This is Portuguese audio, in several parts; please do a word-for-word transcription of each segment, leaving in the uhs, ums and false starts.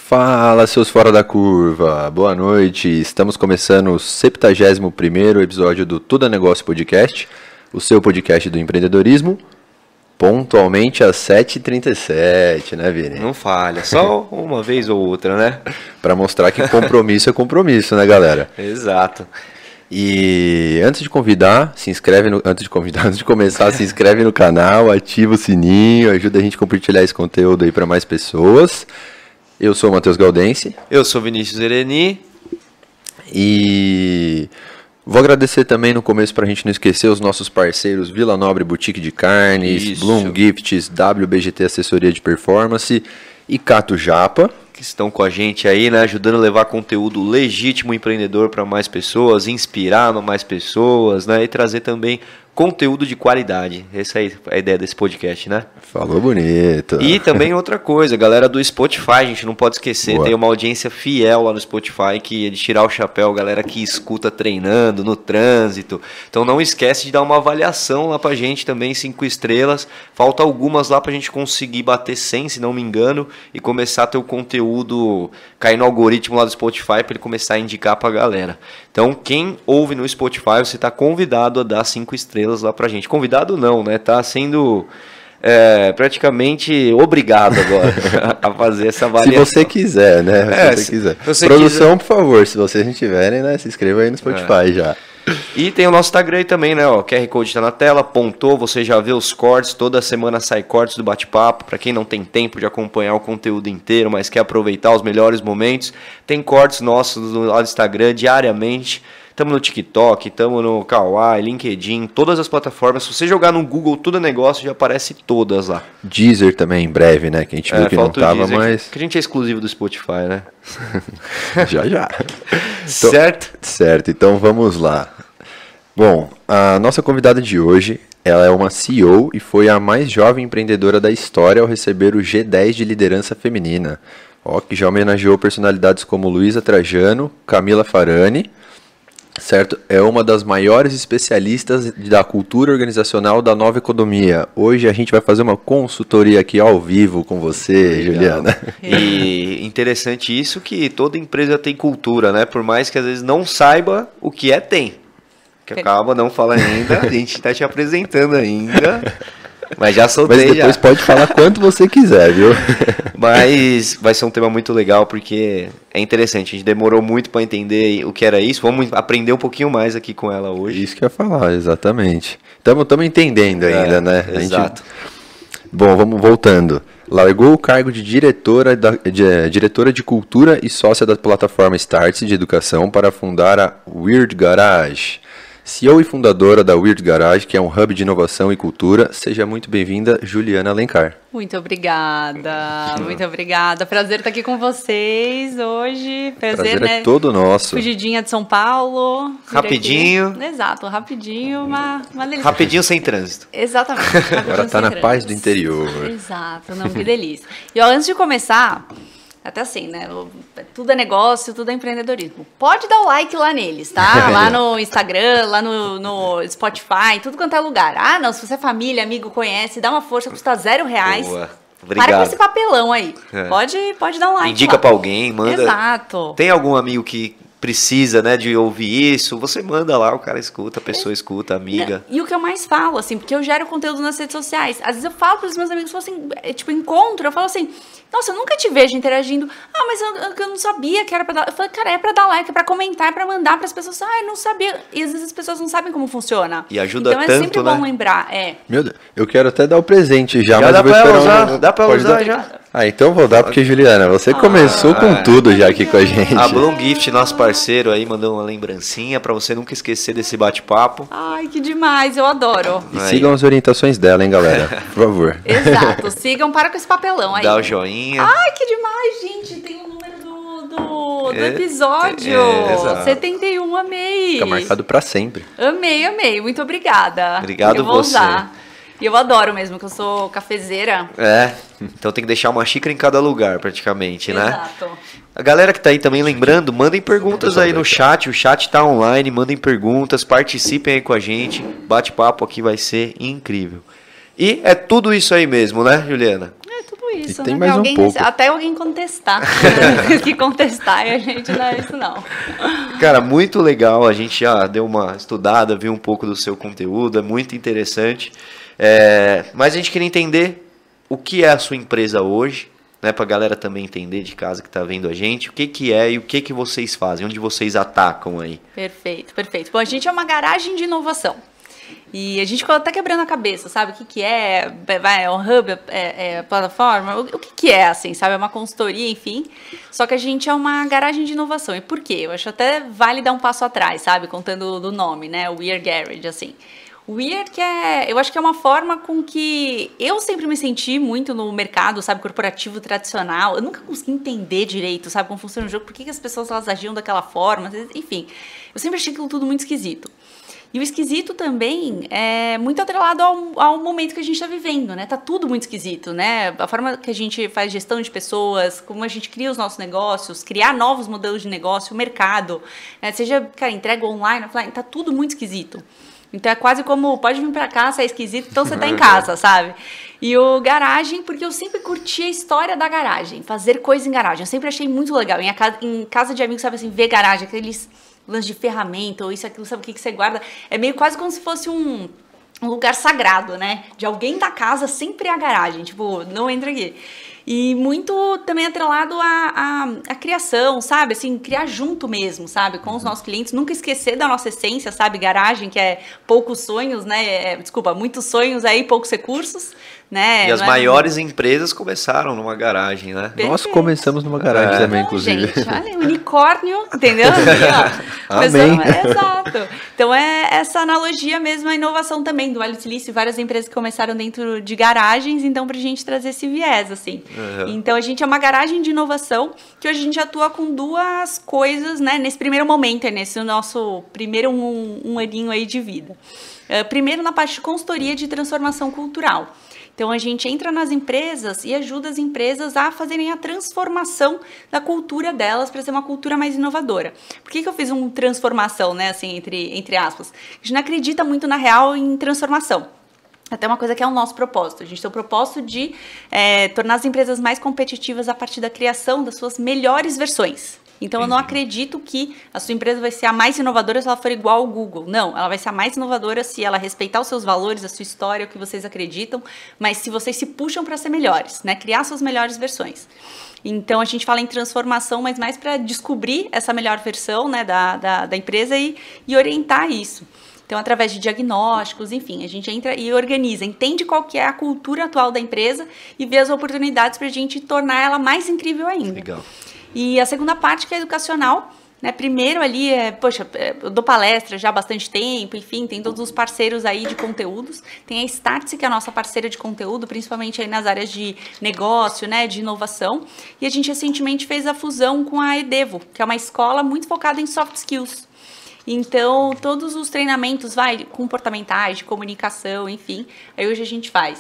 Fala, seus fora da curva, boa noite, estamos começando o septuagésimo primeiro episódio do Tudo é Negócio Podcast, o seu podcast do empreendedorismo, pontualmente às sete e trinta e sete, né, Vini? Não falha, só uma vez ou outra, né? Para mostrar que compromisso é compromisso, né, galera? Exato. E antes de convidar, se inscreve no, antes de convidar, antes de começar, se inscreve no canal, ativa o sininho, ajuda a gente a compartilhar esse conteúdo aí para mais pessoas. Eu sou o Matheus Galdense. Eu sou Vinícius Ereni. E vou agradecer também no começo para a gente não esquecer os nossos parceiros Vila Nobre Boutique de Carnes, Isso. Bloom Gifts, W B G T Assessoria de Performance e Cato Japa. Que estão com a gente aí, né? Ajudando a levar conteúdo legítimo empreendedor para mais pessoas, inspirar mais pessoas, né? E trazer também conteúdo de qualidade. Essa é a ideia desse podcast, né? Falou bonito. E também outra coisa, galera do Spotify, a gente não pode esquecer, Boa. Tem uma audiência fiel lá no Spotify, que é de tirar o chapéu, galera que escuta treinando, no trânsito. Então não esquece de dar uma avaliação lá pra gente também, cinco estrelas. Falta algumas lá pra gente conseguir bater cem, se não me engano, e começar a ter o conteúdo cair no algoritmo lá do Spotify pra ele começar a indicar pra galera. Então quem ouve no Spotify, você tá convidado a dar cinco estrelas lá pra gente. Convidado não, né? Tá sendo é, praticamente obrigado agora a fazer essa avaliação. Se você quiser, né? Se É, você se quiser. você Produção, quiser. por favor, se vocês não tiverem, né? Se inscreva aí no Spotify é. já. E tem o nosso Instagram aí também, né? O Q R Code tá na tela, apontou, você já vê os cortes, toda semana sai cortes do bate-papo. Para quem não tem tempo de acompanhar o conteúdo inteiro, mas quer aproveitar os melhores momentos, tem cortes nossos lá no Instagram diariamente. Estamos no TikTok, estamos no Kawaii, LinkedIn, todas as plataformas. Se você jogar no Google Tudo é Negócio, já aparece todas lá. Deezer também em breve, né? Que a gente viu é, que não tava, Deezer, mas... Que a gente é exclusivo do Spotify, né? já, já. Então, certo? Certo, então vamos lá. Bom, a nossa convidada de hoje, ela é uma C E O e foi a mais jovem empreendedora da história ao receber o G dez de liderança feminina. Ó, que já homenageou personalidades como Luísa Trajano, Camila Farani, certo? É uma das maiores especialistas da cultura organizacional da nova economia. Hoje a gente vai fazer uma consultoria aqui ao vivo com você, Legal. Juliana. E interessante isso que toda empresa tem cultura, né? Por mais que às vezes não saiba o que é, tem. Que acaba, não fala ainda, a gente está te apresentando ainda, mas já soltei. Mas depois já. pode falar quanto você quiser, viu? Mas vai ser um tema muito legal, porque é interessante, a gente demorou muito para entender o que era isso, vamos aprender um pouquinho mais aqui com ela hoje. Isso que eu ia falar, exatamente. Estamos entendendo ainda, é, né? A exato. Gente... Bom, vamos voltando. Largou o cargo de diretora, da, de, diretora de cultura e sócia da plataforma Startse de educação para fundar a Weird Garage. C E O e fundadora da Weird Garage, que é um hub de inovação e cultura. Seja muito bem-vinda, Juliana Alencar. Muito obrigada, muito obrigada. Prazer estar aqui com vocês hoje. Prazer, Prazer né? É todo nosso. Fugidinha de São Paulo. Rapidinho. Aqui. Exato, rapidinho, uma, uma delícia. Rapidinho sem trânsito. Exatamente. Rapidinho Agora está na trânsito. paz do interior. Exato, não, que delícia. E ó, antes de começar... Até assim, né? Tudo é negócio, tudo é empreendedorismo. Pode dar o like lá neles, tá? Lá no Instagram, lá no, no Spotify, tudo quanto é lugar. Ah, não, se você é família, amigo, conhece, dá uma força, custa zero reais. Boa. Obrigado. Para com esse papelão aí. É. Pode, pode dar um like. Indica para alguém, manda. Exato. Tem algum amigo que precisa, né, de ouvir isso, você manda lá, o cara escuta, a pessoa escuta, a amiga. E o que eu mais falo, assim, porque eu gero conteúdo nas redes sociais. Às vezes eu falo para os meus amigos, assim, é, tipo, encontro, eu falo assim, nossa, eu nunca te vejo interagindo. Ah, mas eu, eu não sabia que era pra dar... Eu falei, cara, é pra dar like, é pra comentar, é pra mandar pras pessoas. Ah, eu não sabia. E às vezes as pessoas não sabem como funciona. E ajuda então, tanto, é sempre né? bom lembrar, é. Meu Deus, eu quero até dar o presente já, Já mas dá eu vou pra esperar usar, um... dá pra Pode usar dar? já. Ah, então vou dar, porque, Juliana, você começou com Ah, tudo já aqui com a gente. A Bloom Gift, nosso parceiro aí, mandou uma lembrancinha pra você nunca esquecer desse bate-papo. Ai, que demais, eu adoro. E Aí. sigam as orientações dela, hein, galera? Por favor. Exato, sigam, para com esse papelão aí. Dá o joinha. Ai, que demais, gente. Tem o número do, do, do É, episódio. é, exato. setenta e um, amei. Fica marcado pra sempre. Amei, amei. Muito obrigada. Obrigado eu vou você. usar. E eu adoro mesmo, que eu sou cafezeira. É, então tem que deixar uma xícara em cada lugar, praticamente, né? Exato. A galera que tá aí também lembrando, mandem perguntas aí no chat, o chat tá online, mandem perguntas, participem aí com a gente, bate-papo aqui vai ser incrível. E é tudo isso aí mesmo, né, Juliana? É tudo isso, e tem né? mais um alguém, pouco. Até alguém contestar. Né? que contestar e a gente não é isso, não. Cara, muito legal. A gente já deu uma estudada, viu um pouco do seu conteúdo, é muito interessante. É, mas a gente queria entender o que é a sua empresa hoje, né, para a galera também entender de casa que está vendo a gente, o que, que é e o que, que vocês fazem, onde vocês atacam aí. Perfeito, perfeito. Bom, a gente é uma garagem de inovação. E a gente ficou até quebrando a cabeça, sabe? O que, que é? Vai, é um hub, é, é plataforma? O, o que, que é, assim, sabe? É uma consultoria, enfim. Só que a gente é uma garagem de inovação. E por quê? Eu acho até vale dar um passo atrás, sabe? Contando do nome, né? O We Are Garage, assim. Weird, que é, eu acho que é uma forma com que eu sempre me senti muito no mercado, sabe, corporativo tradicional. Eu nunca consegui entender direito, sabe, como funciona o jogo, por que, que as pessoas elas agiam daquela forma, enfim. Eu sempre achei aquilo tudo muito esquisito. E o esquisito também é muito atrelado ao, ao momento que a gente está vivendo, né? Tá tudo muito esquisito, né? A forma que a gente faz gestão de pessoas, como a gente cria os nossos negócios, criar novos modelos de negócio, o mercado, né? Seja, cara, entrega online, offline, tá tudo muito esquisito. Então é quase como, pode vir pra cá, se é esquisito, então você tá em casa, sabe? E o garagem, porque eu sempre curti a história da garagem, fazer coisa em garagem. Eu sempre achei muito legal. Em, casa, em casa de amigos, sabe assim, ver garagem, aqueles lances de ferramenta ou isso, aquilo, sabe o que, que você guarda? É meio quase como se fosse um, um lugar sagrado, né? De alguém da casa sempre é a garagem, tipo, não entra aqui. E muito também atrelado à, à, à criação, sabe? Assim, criar junto mesmo, sabe? Com os nossos clientes. Nunca esquecer da nossa essência, sabe? Garagem, que é poucos sonhos, né? É, desculpa, muitos sonhos aí, poucos recursos, né? E as Não maiores é... empresas começaram numa garagem, né? Perfeito. Nós começamos numa garagem É. também, Não, inclusive. gente, olha, unicórnio, entendeu? Assim, ó. Amém. Começou- Exato. Então é essa analogia mesmo, a inovação também do Alice Lice, várias empresas que começaram dentro de garagens, então pra gente trazer esse viés, assim. Uhum. Então a gente é uma garagem de inovação que hoje a gente atua com duas coisas, né? Nesse primeiro momento, é nesse nosso primeiro um, um aninho aí de vida. Uh, primeiro na parte de consultoria de transformação cultural. Então, a gente entra nas empresas e ajuda as empresas a fazerem a transformação da cultura delas para ser uma cultura mais inovadora. Por que que eu fiz uma transformação, né, assim, entre, entre aspas? A gente não acredita muito, na real, em transformação. Até uma coisa que é o nosso propósito. A gente tem o propósito de é, tornar as empresas mais competitivas a partir da criação das suas melhores versões. Então, eu não acredito que a sua empresa vai ser a mais inovadora se ela for igual ao Google. Não, ela vai ser a mais inovadora se ela respeitar os seus valores, a sua história, o que vocês acreditam, mas se vocês se puxam para ser melhores, né? Criar suas melhores versões. Então, a gente fala em transformação, mas mais para descobrir essa melhor versão, né, da, da, da empresa e, e orientar isso. Então, através de diagnósticos, enfim, a gente entra e organiza, entende qual que é a cultura atual da empresa e vê as oportunidades para a gente tornar ela mais incrível ainda. Legal. E a segunda parte, que é educacional, né? Primeiro ali, é, poxa, eu dou palestra já há bastante tempo, enfim, tem todos os parceiros aí de conteúdos. Tem a Startse, que é a nossa parceira de conteúdo, principalmente aí nas áreas de negócio, né, de inovação. E a gente recentemente fez a fusão com a Edevo, que é uma escola muito focada em soft skills. Então, todos os treinamentos, vai, comportamentais, de comunicação, enfim, aí hoje a gente faz.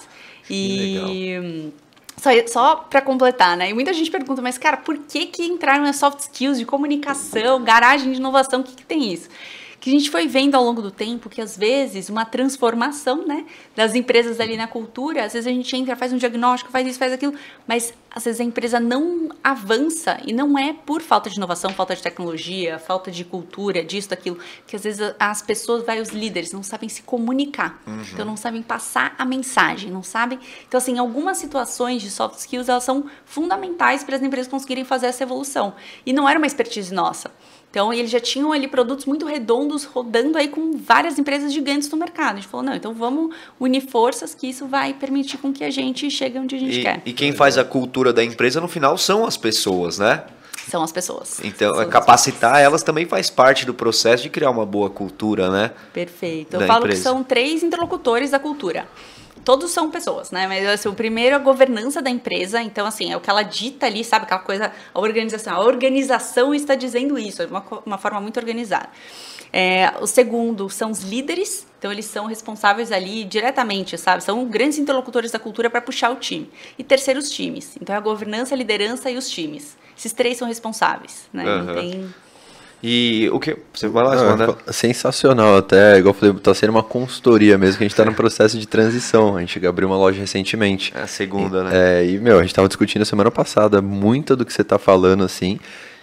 E... Legal. Só, só para completar, né? E muita gente pergunta, mas, cara, por que que entraram nas soft skills de comunicação, garagem de inovação, o que que tem isso? Que a gente foi vendo ao longo do tempo que, às vezes, uma transformação, né, das empresas ali na cultura, às vezes a gente entra, faz um diagnóstico, faz isso, faz aquilo, mas, às vezes, a empresa não avança e não é por falta de inovação, falta de tecnologia, falta de cultura, disso, daquilo, que, às vezes, as pessoas, vai, os líderes, não sabem se comunicar, uhum. Então, não sabem passar a mensagem, não sabem... Então, assim, algumas situações de soft skills, elas são fundamentais para as empresas conseguirem fazer essa evolução. E não era uma expertise nossa. Então, eles já tinham ali produtos muito redondos rodando aí com várias empresas gigantes no mercado. A gente falou, não, então vamos unir forças que isso vai permitir com que a gente chegue onde a gente E, quer. e quem faz a cultura da empresa, no final, são as pessoas, né? São as pessoas. Então, São as capacitar pessoas. elas também faz parte do processo de criar uma boa cultura, né? Perfeito. Eu Da falo empresa. que são três interlocutores da cultura. Todos são pessoas, né? Mas assim, o primeiro é a governança da empresa. Então, assim, é o que ela dita ali, sabe? Aquela coisa, a organização. A organização está dizendo isso, de uma, uma forma muito organizada. É, o segundo são os líderes. Então, eles são responsáveis ali diretamente, sabe? São grandes interlocutores da cultura para puxar o time. E terceiro, os times. Então, é a governança, a liderança e os times. Esses três são responsáveis, né? Uhum. Não tem... E o que... Você vai lá, Não, manda. sensacional até, igual eu falei, tá sendo uma consultoria mesmo, que a gente tá no processo de transição, a gente abriu uma loja recentemente. É a segunda, e, né? É, e, meu, a gente tava discutindo semana passada muito do que você tá falando, assim,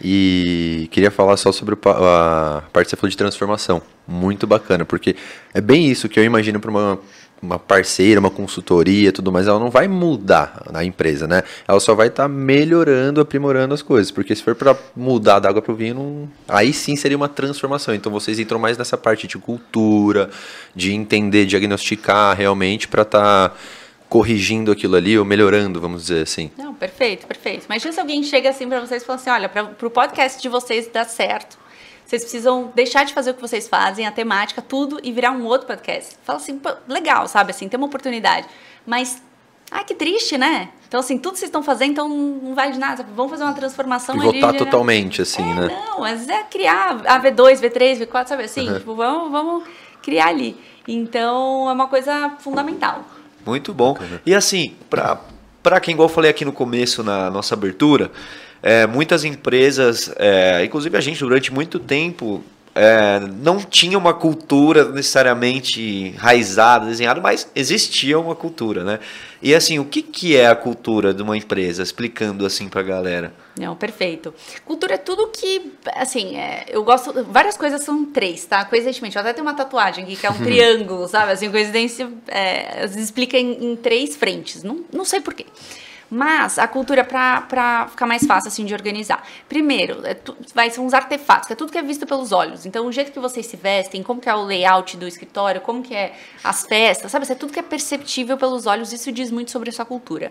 e queria falar só sobre a parte que você falou de transformação, muito bacana, porque é bem isso que eu imagino para uma... uma parceira, uma consultoria, tudo mais, ela não vai mudar a empresa, né? Ela só vai estar tá melhorando, aprimorando as coisas, porque se for para mudar da água para o vinho, não... aí sim seria uma transformação. Então vocês entram mais nessa parte de cultura, de entender, diagnosticar realmente para estar tá corrigindo aquilo ali ou melhorando, vamos dizer assim. Não, perfeito, perfeito. Imagina se alguém chega assim para vocês e fala assim, olha, para o podcast de vocês dar certo, vocês precisam deixar de fazer o que vocês fazem, a temática, tudo, e virar um outro podcast. Fala assim, pô, legal, sabe, assim, tem uma oportunidade. Mas, ai, que triste, né? Então, assim, tudo que vocês estão fazendo, então não vale de nada. Vamos fazer uma transformação. Pivotar ali, totalmente, assim, é, né? Não, mas é criar a V dois, V três, V quatro, sabe assim? Uhum. Tipo, vamos, vamos criar ali. Então, é uma coisa fundamental. Muito bom. E assim, para para quem, igual eu falei aqui no começo, na nossa abertura, é, muitas empresas, é, inclusive a gente durante muito tempo, é, não tinha uma cultura necessariamente enraizada, desenhada, mas existia uma cultura, né? E assim, o que, que é a cultura de uma empresa? Explicando assim pra galera. Não, perfeito. Cultura é tudo que, assim, é, eu gosto, várias coisas são três, tá? Coincidentemente, eu até tenho uma tatuagem aqui que é um triângulo, sabe? Assim, coincidência, é, explica em, em três frentes, não, não sei porquê. Mas a cultura, para ficar mais fácil assim de organizar. Primeiro, é tu, vai ser uns artefatos, que é tudo que é visto pelos olhos. Então, o jeito que vocês se vestem, como que é o layout do escritório, como que é as festas, sabe? Isso é tudo que é perceptível pelos olhos, isso diz muito sobre a sua cultura.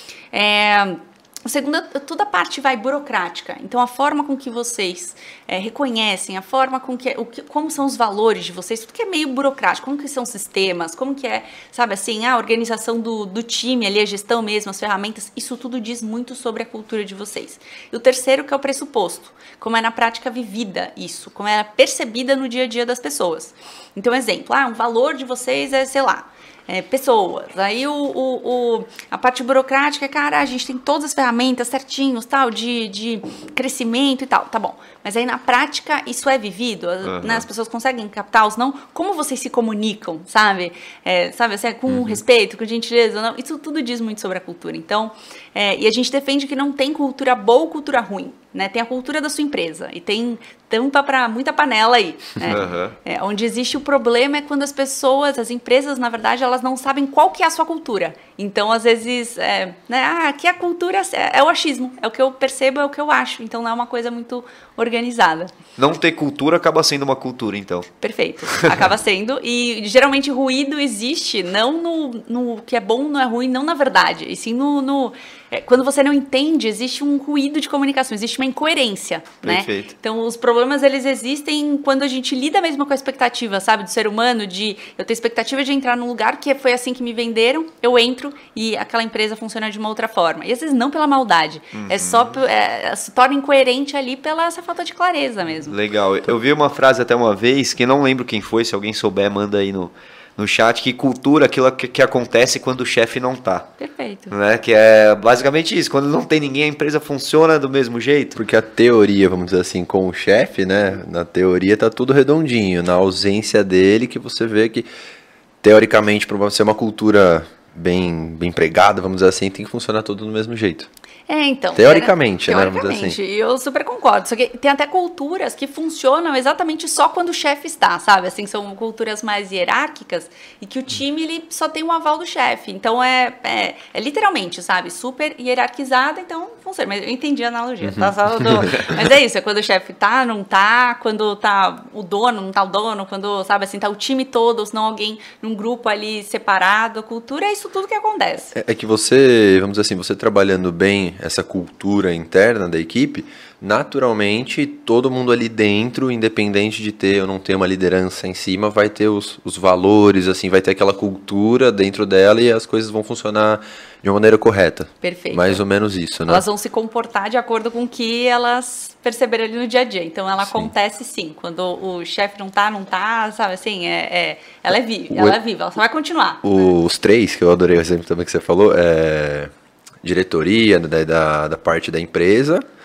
É... O segundo, toda a parte vai burocrática. Então, a forma com que vocês é, reconhecem, a forma com que, o que, como são os valores de vocês, tudo que é meio burocrático, como que são os sistemas, como que é, sabe assim, a organização do, do time ali, a gestão mesmo, as ferramentas, isso tudo diz muito sobre a cultura de vocês. E o terceiro, que é o pressuposto, como é na prática vivida isso, como é percebida no dia a dia das pessoas. Então, exemplo, ah, um valor de vocês é, sei lá, É, pessoas, aí o, o, o, a parte burocrática, cara, a gente tem todas as ferramentas certinhos, tal, de, de crescimento e tal, tá bom, mas aí na prática isso é vivido, uhum. né, as pessoas conseguem captar os não, como vocês se comunicam, sabe, é, sabe, assim, com uhum. respeito, com gentileza, não, isso tudo diz muito sobre a cultura, então, é, e a gente defende que não tem cultura boa ou cultura ruim, né, tem a cultura da sua empresa e tem tampa para muita panela aí, né? Uhum. É, onde existe o problema é quando as pessoas, as empresas, na verdade, elas não sabem qual que é a sua cultura. Então, às vezes, é, né, ah, aqui a cultura é, é o achismo, é o que eu percebo, é o que eu acho. Então, não é uma coisa muito organizada. Não ter cultura acaba sendo uma cultura, então. Perfeito, acaba sendo. E, geralmente, ruído existe não no, no que é bom, não é ruim, não na verdade, e sim no... no é, quando você não entende, existe um ruído de comunicação, existe uma incoerência, Perfeito. Né? Então, os problemas, eles existem quando a gente lida mesmo com a expectativa, sabe, do ser humano, de eu ter expectativa de entrar num lugar que foi assim que me venderam, eu entro e aquela empresa funciona de uma outra forma. E às vezes não pela maldade, uhum. é só, é, se torna incoerente ali pela essa falta de clareza mesmo. Legal, eu vi uma frase até uma vez, que não lembro quem foi, se alguém souber, manda aí no... no chat, que cultura é aquilo que, que acontece quando o chefe não tá. Perfeito. Né? Que é basicamente isso. Quando não tem ninguém, a empresa funciona do mesmo jeito. Porque a teoria, vamos dizer assim, com o chefe, né? Na teoria tá tudo redondinho. Na ausência dele, que você vê que, teoricamente, para ser uma cultura bem, bem empregada, vamos dizer assim, tem que funcionar tudo do mesmo jeito. É, então. Teoricamente, era, né? Teoricamente, Vamos dizer assim. eu super concordo. Só que tem até culturas que funcionam exatamente só quando o chefe está, sabe? Assim, são culturas mais hierárquicas e que o time ele só tem um aval do chefe. Então, é, é, é literalmente, sabe? Super hierarquizada, então funciona. Mas eu entendi a analogia, uhum. tá? Só do... Mas é isso, é quando o chefe tá, não tá, quando tá o dono, não tá o dono, quando, sabe, assim, tá o time todo, ou se não alguém num grupo ali separado. A cultura é isso tudo que acontece. É, é que você, vamos dizer assim, você trabalhando bem essa cultura interna da equipe, naturalmente todo mundo ali dentro, independente de ter ou não ter uma liderança em cima, vai ter os, os valores, assim, vai ter aquela cultura dentro dela e as coisas vão funcionar de uma maneira correta. Perfeito. Mais ou menos isso, né? Elas vão se comportar de acordo com o que elas perceberam ali no dia a dia. Então, ela sim. acontece sim. Quando o chefe não tá, não tá, sabe assim, é, é, ela é viva, ela é viva, ela só vai continuar. Os três, que eu adorei o exemplo também que você falou, é... diretoria, da, da, da parte da empresa,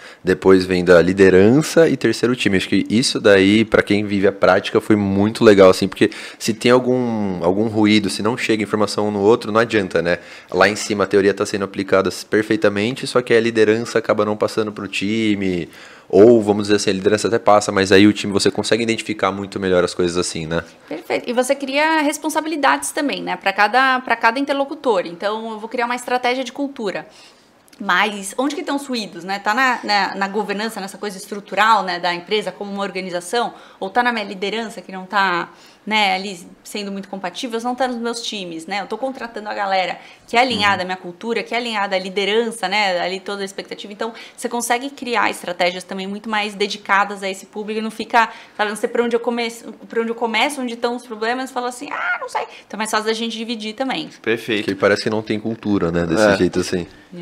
depois vem da liderança e terceiro time. Acho que isso daí, para quem vive a prática, foi muito legal, assim, porque se tem algum, algum ruído, se não chega informação um no outro, não adianta, né? Lá em cima a teoria está sendo aplicada perfeitamente, só que a liderança acaba não passando para o time, ou vamos dizer assim, a liderança até passa, mas aí o time você consegue identificar muito melhor as coisas assim, né? Perfeito. E você cria responsabilidades também, né? Para cada, para cada interlocutor. Então, eu vou criar uma estratégia de cultura. Mas onde que estão os ruídos, né? Tá na, na, na governança, nessa coisa estrutural, né, da empresa como uma organização, ou tá na minha liderança que não tá, né, ali sendo muito compatível, ou não tá nos meus times, né? Eu tô contratando a galera que é alinhada à minha cultura, que é alinhada à liderança, né, ali toda a expectativa. Então, você consegue criar estratégias também muito mais dedicadas a esse público e não fica, sabe, não sei para onde eu começo, para onde eu começo, onde estão os problemas, fala assim: "Ah, não sei". Então, é mais fácil da gente dividir também. Perfeito. Porque parece que não tem cultura, né, desse É. jeito assim.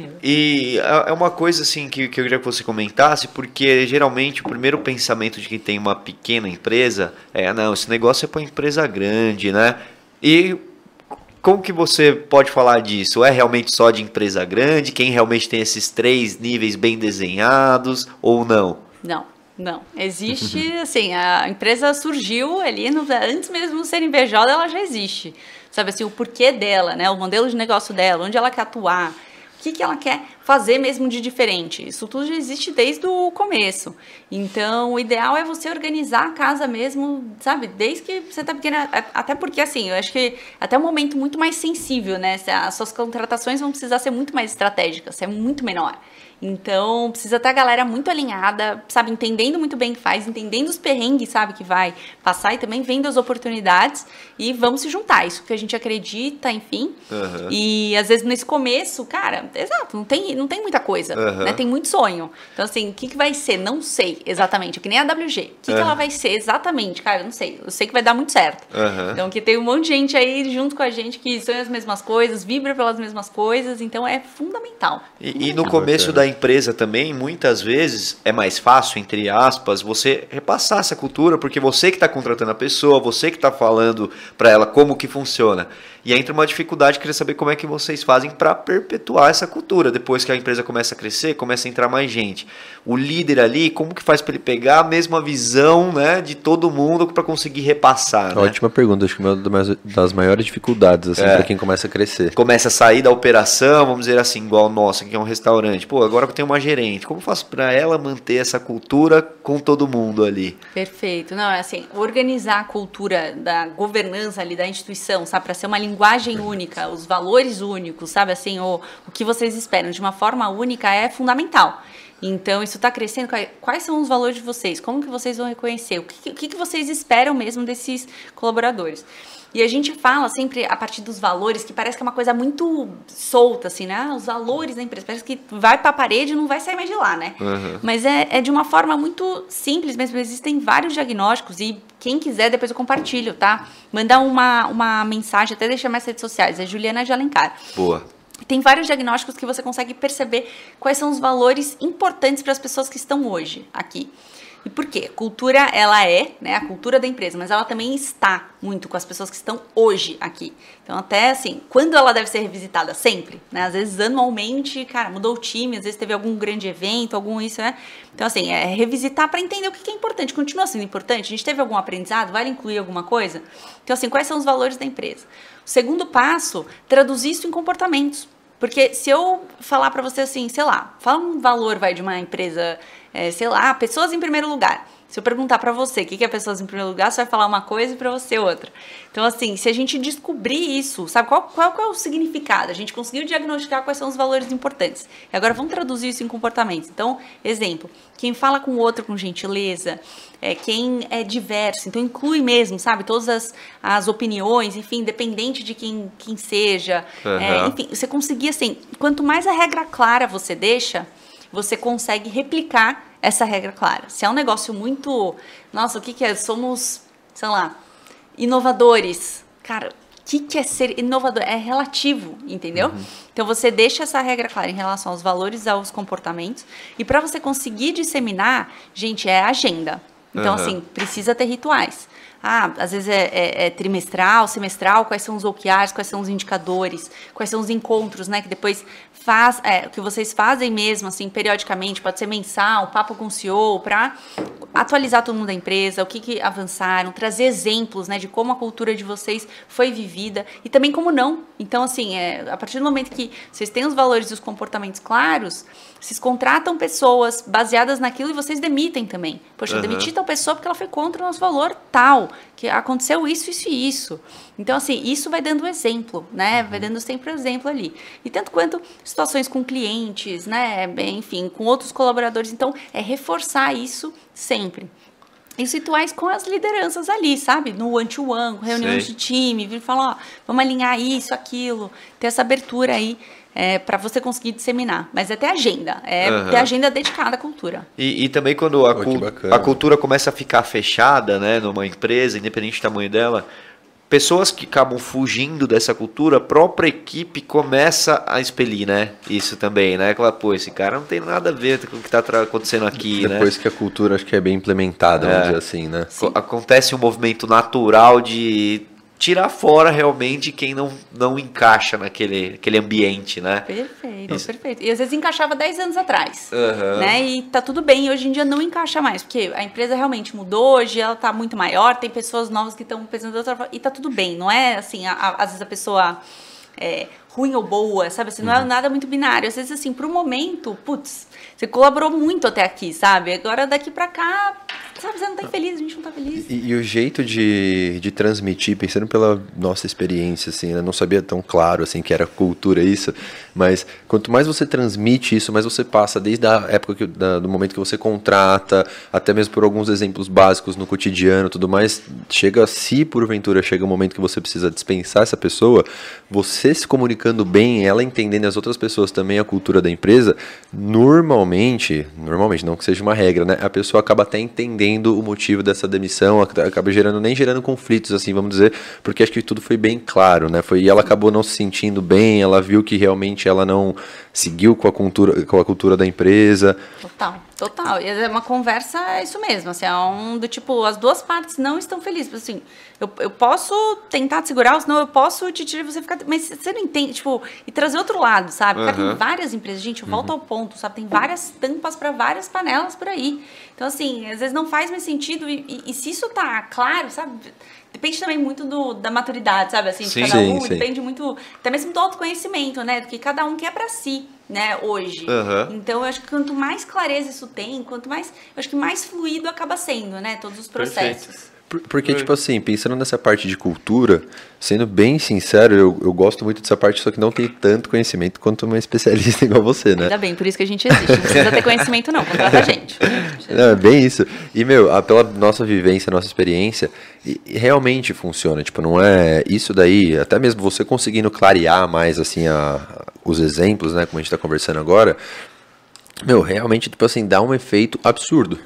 E é uma coisa assim que, que eu queria que você comentasse, porque geralmente o primeiro pensamento de quem tem uma pequena empresa é: não, esse negócio é para empresa grande, né? E como que você pode falar disso? É realmente só de empresa grande? Quem realmente tem esses três níveis bem desenhados ou não? Não, não. Existe, assim, a empresa surgiu ali, no, antes mesmo de ser invejada, ela já existe. Sabe assim, o porquê dela, né? O modelo de negócio dela, onde ela quer atuar, o que, que ela quer fazer mesmo de diferente. Isso tudo já existe desde o começo. Então, o ideal é você organizar a casa mesmo, sabe? Desde que você tá pequena. Até porque, assim, eu acho que até um momento muito mais sensível, né? As suas contratações vão precisar ser muito mais estratégicas, ser muito menor. Então, precisa ter a galera muito alinhada, sabe? Entendendo muito bem o que faz, entendendo os perrengues, sabe? Que vai passar e também vendo as oportunidades e vamos se juntar. Isso que a gente acredita, enfim. Uhum. E, às vezes, nesse começo, cara, exato, não tem, não tem muita coisa, uhum. né? Tem muito sonho. Então, assim, o que, que vai ser? Não sei exatamente. Que nem a W G. O que, uhum. que ela vai ser exatamente? Cara, eu não sei. Eu sei que vai dar muito certo. Uhum. Então, que tem um monte de gente aí junto com a gente que sonha as mesmas coisas, vibra pelas mesmas coisas. Então, é fundamental. E, fundamental. e no começo da empresa também, muitas vezes é mais fácil, entre aspas, você repassar essa cultura, porque você que está contratando a pessoa, você que está falando para ela como que funciona. E entra uma dificuldade, queria saber como é que vocês fazem para perpetuar essa cultura, depois que a empresa começa a crescer, começa a entrar mais gente. O líder ali, como que faz para ele pegar a mesma visão, né, de todo mundo para conseguir repassar? Né? Ótima pergunta, acho que é uma das maiores dificuldades assim, é. para quem começa a crescer. Começa a sair da operação, vamos dizer assim, igual nossa, que é um restaurante. Pô, agora eu tenho uma gerente, como eu faço para ela manter essa cultura com todo mundo ali? Perfeito. Não, é assim, organizar a cultura da governança ali da instituição, sabe, para ser uma linguagem única, os valores únicos, sabe, assim, o, o que vocês esperam de uma forma única é fundamental. Então, isso está crescendo. Quais são os valores de vocês? Como que vocês vão reconhecer? O que, o que vocês esperam mesmo desses colaboradores? E a gente fala sempre a partir dos valores, que parece que é uma coisa muito solta, assim, né? Os valores da empresa. Parece que vai para a parede e não vai sair mais de lá, né? Uhum. Mas é, é de uma forma muito simples mesmo. Existem vários diagnósticos e quem quiser, depois eu compartilho, tá? Mandar uma, uma mensagem, até deixar minhas redes sociais. É Juliana de Alencar. Boa. Tem vários diagnósticos que você consegue perceber quais são os valores importantes para as pessoas que estão hoje aqui. E por quê? Cultura, ela é, né, a cultura da empresa, mas ela também está muito com as pessoas que estão hoje aqui. Então, até assim, quando ela deve ser revisitada? Sempre, né? Às vezes, anualmente, cara, mudou o time, às vezes teve algum grande evento, algum isso, né? Então, assim, é revisitar para entender o que é importante. Continua sendo importante? A gente teve algum aprendizado? Vale incluir alguma coisa? Então, assim, quais são os valores da empresa? O segundo passo, traduzir isso em comportamentos. Porque se eu falar para você assim, sei lá, fala um valor vai de uma empresa, é, sei lá, pessoas em primeiro lugar. Se eu perguntar para você o que é pessoas em primeiro lugar, você vai falar uma coisa e para você outra. Então, assim, se a gente descobrir isso, sabe qual, qual, qual é o significado? A gente conseguiu diagnosticar quais são os valores importantes. E agora vamos traduzir isso em comportamentos. Então, exemplo, quem fala com o outro com gentileza, é, quem é diverso, então inclui mesmo, sabe, todas as, as opiniões, enfim, independente de quem, quem seja. Uhum. É, enfim, você conseguir, assim, quanto mais a regra clara você deixa, você consegue replicar essa regra clara. Se é um negócio muito... Nossa, o que, que é? Somos, sei lá, inovadores. Cara, o que, que é ser inovador? É relativo, entendeu? Uhum. Então, você deixa essa regra clara em relação aos valores e aos comportamentos. E para você conseguir disseminar, gente, é agenda. Então, uhum. assim, precisa ter rituais. Ah, às vezes é, é, é trimestral, semestral, quais são os O K Rs, quais são os indicadores, quais são os encontros, né? Que depois faz, é, que vocês fazem mesmo, assim, periodicamente, pode ser mensal, papo com o C E O, para atualizar todo mundo da empresa, o que, que avançaram, trazer exemplos, né, de como a cultura de vocês foi vivida e também como não. Então, assim, é, a partir do momento que vocês têm os valores e os comportamentos claros, vocês contratam pessoas baseadas naquilo e vocês demitem também. Poxa, Uhum. eu demiti tal pessoa porque ela foi contra o nosso valor tal, que aconteceu isso, isso e isso. Então, assim, isso vai dando exemplo, né? Vai dando sempre exemplo ali. E tanto quanto situações com clientes, né? Enfim, com outros colaboradores. Então, é reforçar isso sempre. E situais com as lideranças ali, sabe? No one-to-one, reuniões Sei. de time, vir falar, ó, vamos alinhar isso, aquilo, ter essa abertura aí é, para você conseguir disseminar. Mas é ter agenda, é Uhum. ter agenda dedicada à cultura. E, e também quando a, Pô, que cul- bacana. a cultura começa a ficar fechada, né, numa empresa, independente do tamanho dela, pessoas que acabam fugindo dessa cultura, a própria equipe começa a expelir, né? Isso também, né? Aquela, pô, esse cara não tem nada a ver com o que está acontecendo aqui, Depois né? que a cultura acho que é bem implementada, vamos É. dizer assim, né? Co- Acontece um movimento natural de tirar fora realmente quem não, não encaixa naquele aquele ambiente, né? Perfeito, Isso. perfeito. E às vezes encaixava dez anos atrás, Aham. né? E tá tudo bem, hoje em dia não encaixa mais, porque a empresa realmente mudou, hoje ela tá muito maior, tem pessoas novas que estão pensando de outra forma, e tá tudo bem, não é assim, a- a- às vezes a pessoa é ruim ou boa, sabe? Assim, não é nada muito binário. Às vezes, assim, pro momento, putz, você colaborou muito até aqui, sabe? Agora daqui pra cá, sabe, você não tá feliz, a gente não tá feliz. E, e o jeito de, de transmitir, pensando pela nossa experiência, assim, né? Não sabia tão claro, assim, que era cultura isso, mas quanto mais você transmite isso, mais você passa, desde a época, que, da, do momento que você contrata, até mesmo por alguns exemplos básicos no cotidiano, tudo mais, chega, se porventura chega um momento que você precisa dispensar essa pessoa, você se comunicando bem, ela entendendo as outras pessoas também a cultura da empresa, normalmente, normalmente, não que seja uma regra, né? A pessoa acaba até entendendo o motivo dessa demissão, acaba gerando, nem gerando conflitos, assim, vamos dizer, porque acho que tudo foi bem claro, né? Foi, e ela acabou não se sentindo bem, ela viu que realmente ela não seguiu com a cultura, com a cultura da empresa. Total, total. E é uma conversa, é isso mesmo, assim, é um do tipo, as duas partes não estão felizes, assim, eu, eu posso tentar te segurar, ou senão eu posso te tirar e você ficar, mas você não entende, tipo, e trazer outro lado, sabe? Cara, Uhum. tem várias empresas, gente, eu volto ao ponto, sabe? Tem várias tampas para várias panelas por aí. Então, assim, às vezes não faz mais sentido, e, e, e se isso tá claro, sabe? Depende também muito do, da maturidade, sabe? Assim, de Sim. cada um, Sim, sim. depende muito, até mesmo do autoconhecimento, né? Do que cada um quer pra si, né, hoje. Aham. Então, eu acho que quanto mais clareza isso tem, quanto mais, eu acho que mais fluido acaba sendo, né? Todos os processos. Por- Porque, tipo assim, pensando nessa parte de cultura, sendo bem sincero, eu, eu gosto muito dessa parte, só que não tenho tanto conhecimento quanto uma especialista igual você, né? Ainda bem, por isso que a gente existe. Não precisa ter conhecimento, não. Contrata a gente. Não, é bem isso. E, meu, a- pela nossa vivência, nossa experiência, e- e realmente funciona. Tipo, não é isso daí, até mesmo você conseguindo clarear mais, assim, a, a- os exemplos, né, como a gente tá conversando agora, meu, realmente, tipo assim, dá um efeito absurdo.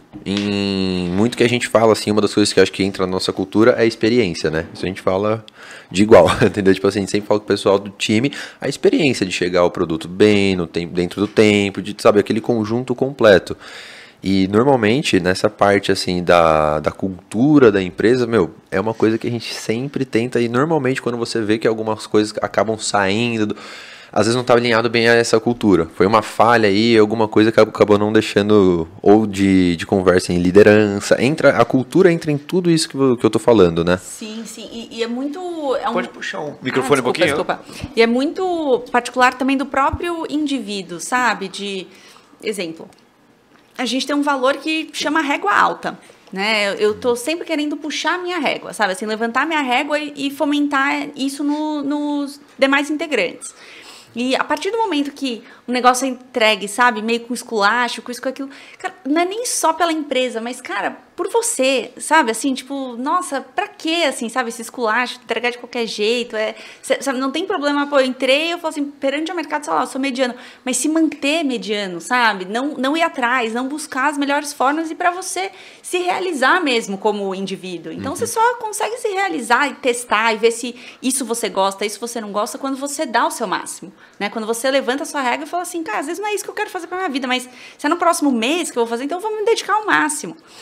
Em muito que a gente fala, assim, uma das coisas que eu acho que entra na nossa cultura é a experiência, né? Isso a gente fala de igual, entendeu? Tipo assim, a gente sempre fala com o pessoal do time a experiência de chegar ao produto bem, no tempo, dentro do tempo, de, sabe, aquele conjunto completo. E normalmente, nessa parte, assim, da, da cultura da empresa, meu, é uma coisa que a gente sempre tenta, e normalmente quando você vê que algumas coisas acabam saindo, do- às vezes não estava alinhado bem a essa cultura. Foi uma falha aí, alguma coisa que acabou não deixando, ou de, de conversa em liderança, entra, a cultura entra em tudo isso que eu, que eu tô falando, né? Sim, sim. E, e é muito... É um... Pode puxar o microfone ah, um desculpa, pouquinho? Desculpa. E é muito particular também do próprio indivíduo, sabe? De, exemplo, a gente tem um valor que chama régua alta. Né? Eu, eu tô sempre querendo puxar a minha régua, sabe? Assim, levantar minha régua e, e fomentar isso no, nos demais integrantes. E a partir do momento que o negócio é entregue, sabe? Meio com esculacho, com isso, com aquilo. Cara, não é nem só pela empresa, mas, cara, por você, sabe? Assim, tipo, nossa, pra quê, assim, sabe? Esse esculacho, entregar de qualquer jeito. É, sabe? Não tem problema, pô, eu entrei, eu falo assim, perante o mercado, sei lá, eu sou mediano. Mas se manter mediano, sabe? Não, não ir atrás, não buscar as melhores formas e pra você se realizar mesmo como indivíduo. Então, uhum. Você só consegue se realizar e testar e ver se isso você gosta, isso você não gosta, quando você dá o seu máximo. Né? Quando você levanta a sua regra e fala assim, cara, às vezes não é isso que eu quero fazer pra minha vida, mas se é no próximo mês que eu vou fazer, então eu vou me dedicar ao máximo. Então, quando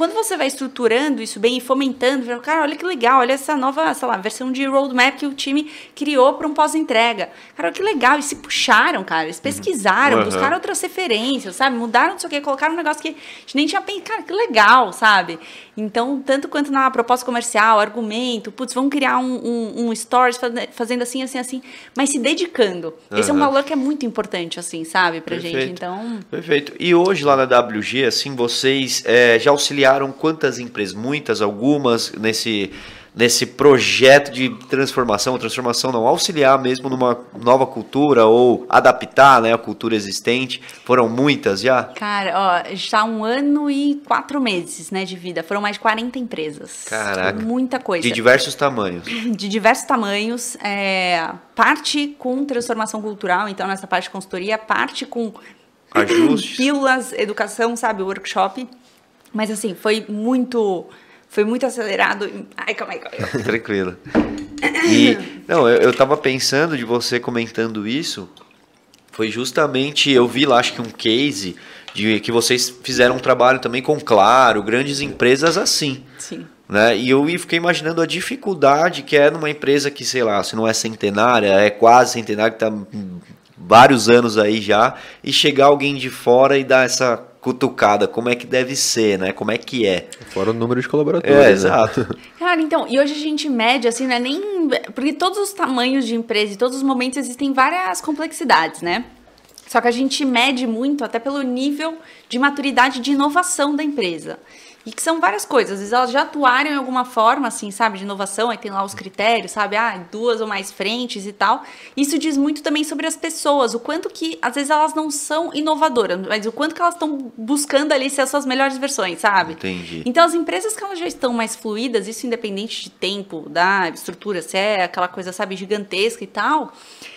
quando você vai estruturando isso bem e fomentando, cara, olha que legal, olha essa nova, sei lá, versão de roadmap que o time criou para um pós-entrega. Cara, olha que legal, e se puxaram, cara, eles pesquisaram, uhum. buscaram outras referências, sabe? Mudaram não sei o que, colocaram um negócio que a gente nem tinha pensado, cara, que legal, sabe? Então, tanto quanto na proposta comercial, argumento, putz, vamos criar um, um, um stories fazendo assim, assim, assim, mas se dedicando. Uhum. Esse é um valor que é muito importante, assim, sabe, pra Perfeito. gente, então... Perfeito. E hoje lá na W G, assim, vocês é, já auxiliaram quantas empresas? Muitas, algumas, nesse... nesse projeto de transformação, transformação não, auxiliar mesmo numa nova cultura ou adaptar, né, a cultura existente? Foram muitas já? Cara, ó, já um ano e quatro meses, né, de vida. Foram mais de quarenta empresas. Caraca. Muita coisa. De diversos tamanhos. De diversos tamanhos. É, parte com transformação cultural, então nessa parte de consultoria, parte com ajustes, pílulas, educação, sabe, workshop. Mas assim, foi muito... Foi muito acelerado. Ai, calma aí, calma aí. Tranquilo. E, não, eu, eu tava pensando de você comentando isso, foi justamente, eu vi lá, acho que um case, de que vocês fizeram um trabalho também com Claro, grandes empresas assim. Sim. Né? E eu fiquei imaginando a dificuldade que é numa empresa que, sei lá, se não é centenária, é quase centenária, que tá vários anos aí já, e chegar alguém de fora e dar essa cutucada, como é que deve ser, né? Como é que é. Fora o número de colaboradores. É, né? exato. Cara, então, e hoje a gente mede, assim, não é nem... Porque todos os tamanhos de empresa e todos os momentos existem várias complexidades, né? Só que a gente mede muito até pelo nível de maturidade de inovação da empresa. E que são várias coisas. Às vezes elas já atuaram em alguma forma, assim, sabe, de inovação, aí tem lá os critérios, sabe, ah, duas ou mais frentes e tal. Isso diz muito também sobre as pessoas, o quanto que, às vezes, elas não são inovadoras, mas o quanto que elas estão buscando ali ser as suas melhores versões, sabe? Entendi. Então, as empresas que elas já estão mais fluídas, isso independente de tempo, da estrutura, se é aquela coisa, sabe, gigantesca e tal...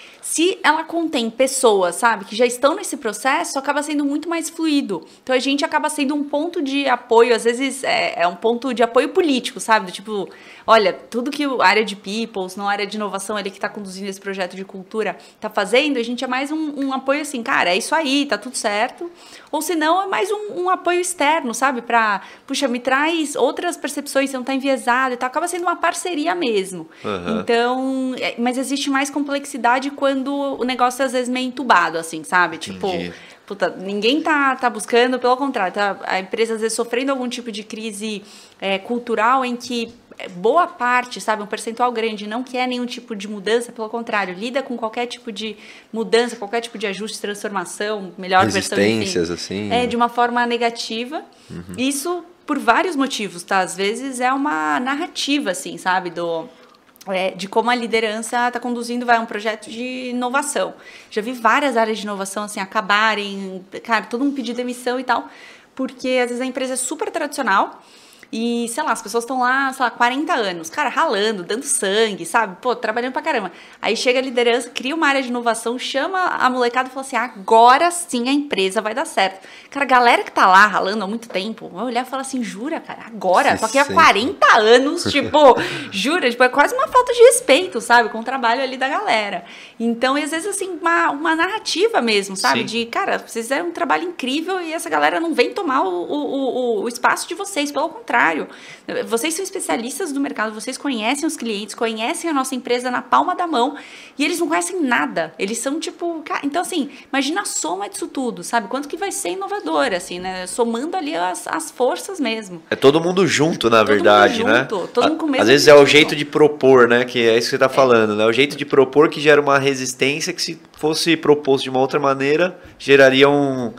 Se ela contém pessoas, sabe, que já estão nesse processo, acaba sendo muito mais fluido. Então, a gente acaba sendo um ponto de apoio, às vezes é, é um ponto de apoio político, sabe? Do tipo, olha, tudo que a área de peoples, não a área de inovação ali que está conduzindo esse projeto de cultura está fazendo, a gente é mais um, um apoio assim, cara, é isso aí, tá tudo certo. Ou se não, é mais um, um apoio externo, sabe? Para, puxa, me traz outras percepções, você não está enviesado e tal. Acaba sendo uma parceria mesmo. Uhum. Então, é, mas existe mais complexidade quando o negócio é às vezes meio entubado, assim, sabe? Tipo, entendi. Puta, ninguém tá, tá buscando, pelo contrário, tá, a empresa às vezes sofrendo algum tipo de crise é, cultural em que boa parte, sabe, um percentual grande não quer nenhum tipo de mudança, pelo contrário, lida com qualquer tipo de mudança, qualquer tipo de ajuste, transformação, melhor versão, enfim, assim. É, de uma forma negativa. Uhum. Isso por vários motivos, tá? Às vezes é uma narrativa, assim, sabe, do... É, de como a liderança está conduzindo vai, um projeto de inovação. Já vi várias áreas de inovação assim, acabarem, cara, todo mundo pedir demissão e tal, porque às vezes a empresa é super tradicional e, sei lá, as pessoas estão lá, sei lá, quarenta anos, cara, ralando, dando sangue, sabe? Pô, trabalhando pra caramba. Aí chega a liderança, cria uma área de inovação, chama a molecada e fala assim, agora sim a empresa vai dar certo. Cara, a galera que tá lá ralando há muito tempo, vai olhar e falar assim, jura, cara, agora? Tô aqui há quarenta anos, tipo, jura? Tipo, é quase uma falta de respeito, sabe? Com o trabalho ali da galera. Então, e às vezes, assim, uma, uma narrativa mesmo, sabe? Sim. De, cara, vocês fizeram um trabalho incrível e essa galera não vem tomar o, o, o, o espaço de vocês, pelo contrário. Vocês são especialistas do mercado, vocês conhecem os clientes, conhecem a nossa empresa na palma da mão e eles não conhecem nada. Eles são tipo... Então, assim, imagina a soma disso tudo, sabe? Quanto que vai ser inovador, assim, né? Somando ali as, as forças mesmo. É todo mundo junto, na todo verdade, mundo junto, né? Todo mundo com o mesmo Às vezes objetivo. É o jeito de propor, né? Que é isso que você está falando, né? O jeito de propor que gera uma resistência que se fosse proposto de uma outra maneira, geraria um...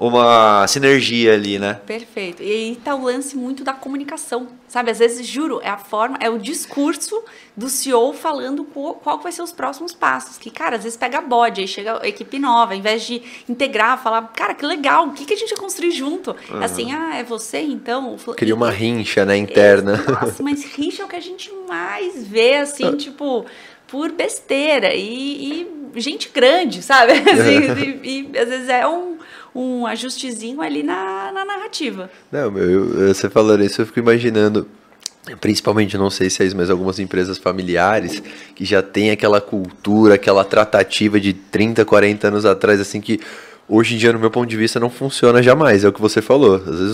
uma sinergia ali, né? Perfeito. E aí tá o lance muito da comunicação, sabe? Às vezes, juro, é a forma, é o discurso do C E O falando qual, qual vai ser os próximos passos. Que, cara, às vezes pega bode, aí chega a equipe nova, ao invés de integrar, falar, cara, que legal, o que, que a gente vai construir junto? Uhum. Assim, ah, é você, então... Cria uma rincha, né, interna. É, nossa, mas rincha é o que a gente mais vê, assim, tipo... por besteira e, e gente grande, sabe? Assim, e, e às vezes é um, um ajustezinho ali na, na narrativa. Não, eu, você falando isso, eu fico imaginando, principalmente, não sei se é isso, mas algumas empresas familiares que já tem aquela cultura, aquela tratativa de trinta, quarenta anos atrás, assim, que hoje em dia, no meu ponto de vista, não funciona jamais, é o que você falou. Às vezes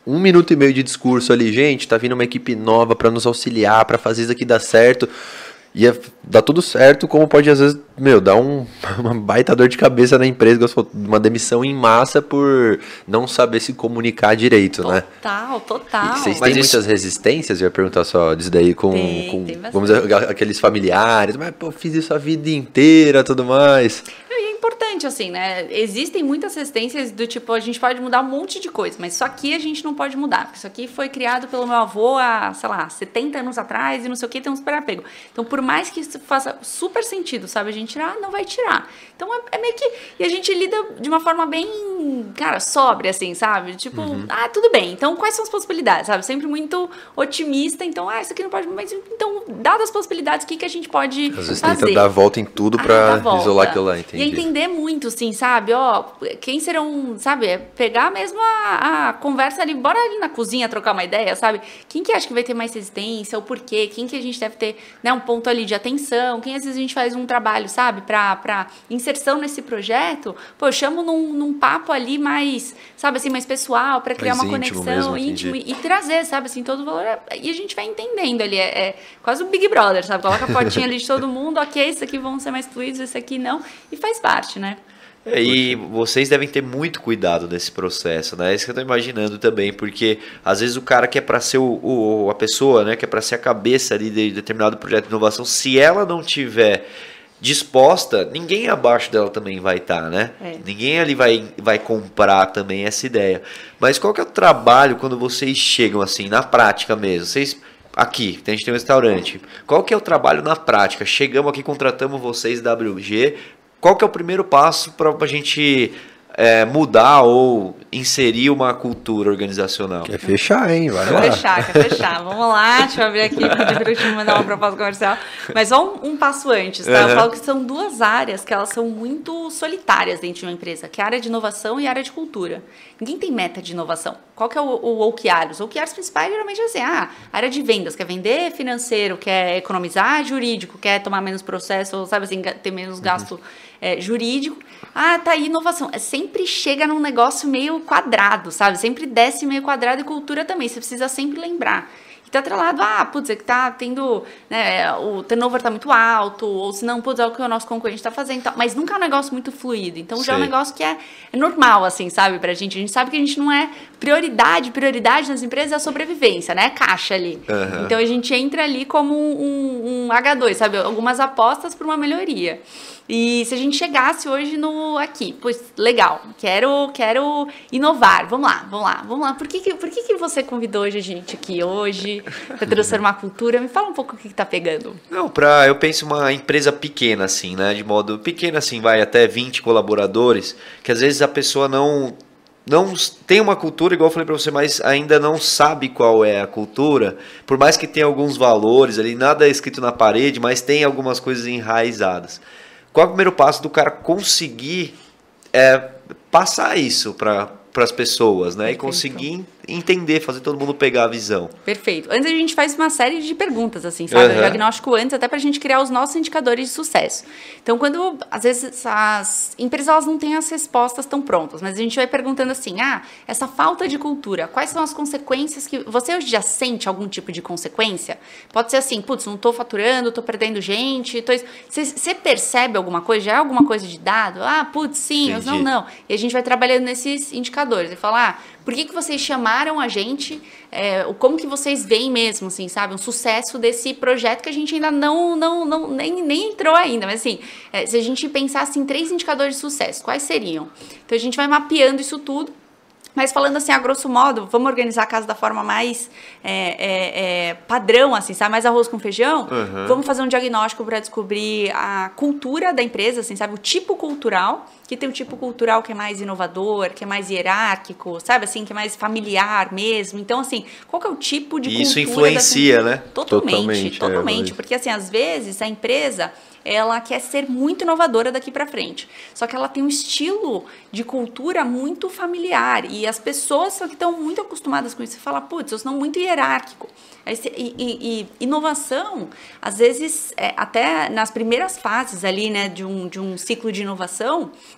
um minuto e meio de discurso ali, gente, tá vindo uma equipe nova para nos auxiliar, para fazer isso aqui dar certo. Ia dar tudo certo, como pode às vezes, meu, dar um, uma baita dor de cabeça na empresa, uma demissão em massa por não saber se comunicar direito, total, né? Total, total. E vocês Mas têm isso... muitas resistências? Eu ia perguntar só disso daí com, tem, com tem vamos dizer, aqueles familiares, mas pô, fiz isso a vida inteira, tudo mais. E é importante, assim, né? Existem muitas resistências do tipo, a gente pode mudar um monte de coisa, mas isso aqui a gente não pode mudar, porque isso aqui foi criado pelo meu avô há, sei lá, setenta anos atrás e não sei o que, tem um super apego. Então, por mais que isso faça super sentido, sabe? A gente tirar, não vai tirar. Então, é, é meio que... E a gente lida de uma forma bem, cara, sóbria, assim, sabe? Tipo, uhum. ah, tudo bem. Então, quais são as possibilidades, sabe? Sempre muito otimista. Então, ah, isso aqui não pode... Mas, então, dadas as possibilidades, o que, que a gente pode Às vezes fazer? tenta dar a volta em tudo ah, pra isolar aquilo lá, entendi. E entender muito, assim, sabe? Ó, quem serão, sabe? É pegar mesmo a, a conversa ali, bora ali na cozinha trocar uma ideia, sabe? Quem que acha que vai ter mais resistência, o porquê? Quem que a gente deve ter, né, um ponto ali de atenção? Quem às vezes a gente faz um trabalho, sabe? Pra, pra inserção nesse projeto, pô, eu chamo num, num papo ali mais, sabe, assim, mais pessoal, pra criar mais uma íntimo conexão mesmo, íntimo e, e trazer, sabe, assim, todo o valor. E a gente vai entendendo ali, é, é quase um Big Brother, sabe? Coloca a fotinha ali de todo mundo, ok, esse aqui vão ser mais fluidos, esse aqui não, e faz parte, né? É, e vocês devem ter muito cuidado nesse processo, né? É isso que eu tô imaginando também, porque às vezes o cara que é para ser o, o, a pessoa, né, que é para ser a cabeça ali de determinado projeto de inovação, se ela não tiver disposta, ninguém abaixo dela também vai estar, né? É. Ninguém ali vai, vai comprar também essa ideia. Mas qual que é o trabalho quando vocês chegam assim, na prática mesmo? Vocês... Aqui, a gente tem um restaurante. Qual que é o trabalho na prática? Chegamos aqui, contratamos vocês, W G. Qual que é o primeiro passo para a gente é, mudar ou inserir uma cultura organizacional? Quer fechar, hein? Vai quer lá. Quer fechar, quer fechar. Vamos lá, deixa eu abrir aqui, pedir para o time mandar uma proposta comercial. Mas só um, um passo antes, tá? Uhum. Eu falo que são duas áreas que elas são muito solitárias dentro de uma empresa, que é a área de inovação e a área de cultura. Ninguém tem meta de inovação. Qual que é o, o O K R? Os O K Rs principais geralmente é assim, ah, área de vendas, quer vender financeiro, quer economizar jurídico, quer tomar menos processo, ou sabe assim, ter menos gasto uhum. é, jurídico. Ah, tá aí inovação. Sempre chega num negócio meio quadrado, sabe? Sempre desce meio quadrado e cultura também. Você precisa sempre lembrar. Tá atrelado, ah, putz, é que tá tendo, né, o turnover tá muito alto, ou se não, putz, é o que o nosso concorrente tá fazendo, então, mas nunca é um negócio muito fluido, então Sei. já é um negócio que é, é normal, assim, sabe, pra gente, a gente sabe que a gente não é prioridade, prioridade nas empresas é a sobrevivência, né, caixa ali, uhum. então a gente entra ali como um, um, um H dois, sabe, algumas apostas pra uma melhoria. E se a gente chegasse hoje no aqui, pois legal, quero, quero inovar, vamos lá, vamos lá, vamos lá. Por que que, por que que você convidou hoje a gente aqui hoje para transformar a cultura? Me fala um pouco o que, que tá pegando. Não, pra, eu penso uma empresa pequena assim, né, de modo pequeno assim, vai até vinte colaboradores, que às vezes a pessoa não não tem uma cultura, igual eu falei para você, mas ainda não sabe qual é a cultura, por mais que tenha alguns valores ali, nada é escrito na parede, mas tem algumas coisas enraizadas. Qual é o primeiro passo do cara conseguir é, passar isso para as pessoas, né? Perfeito. E conseguir entender, fazer todo mundo pegar a visão. Perfeito. Antes a gente faz uma série de perguntas, assim, sabe? Uhum. O diagnóstico antes, até para a gente criar os nossos indicadores de sucesso. Então, quando, às vezes, as empresas elas não têm as respostas tão prontas, mas a gente vai perguntando assim, ah, essa falta de cultura, quais são as consequências que... Você hoje já sente algum tipo de consequência? Pode ser assim, putz, não estou faturando, estou perdendo gente, tô... Você, você percebe alguma coisa? Já é alguma coisa de dado? Ah, putz, sim, não, não. E a gente vai trabalhando nesses indicadores e falar, ah, por que que vocês chamaram a gente, é, como que vocês veem mesmo, assim, sabe, um sucesso desse projeto que a gente ainda não, não, não nem, nem entrou ainda, mas assim, é, se a gente pensasse em três indicadores de sucesso, quais seriam? Então a gente vai mapeando isso tudo, mas falando assim, a grosso modo, vamos organizar a casa da forma mais é, é, é, padrão, assim, sabe? Mais arroz com feijão. Uhum. Vamos fazer um diagnóstico para descobrir a cultura da empresa, assim, sabe? O tipo cultural, que tem o tipo cultural que é mais inovador, que é mais hierárquico, sabe? Assim, que é mais familiar mesmo. Então, assim, qual que é o tipo de cultura? Isso influencia, dessa... né? Totalmente, totalmente. totalmente. É, porque, assim, às vezes, a empresa... ela quer ser muito inovadora daqui para frente. Só que ela tem um estilo de cultura muito familiar. E as pessoas que estão muito acostumadas com isso, você fala, putz, eu sou muito hierárquico. E, e, e inovação, às vezes, é, até nas primeiras fases ali, né, de um, de um ciclo de inovação,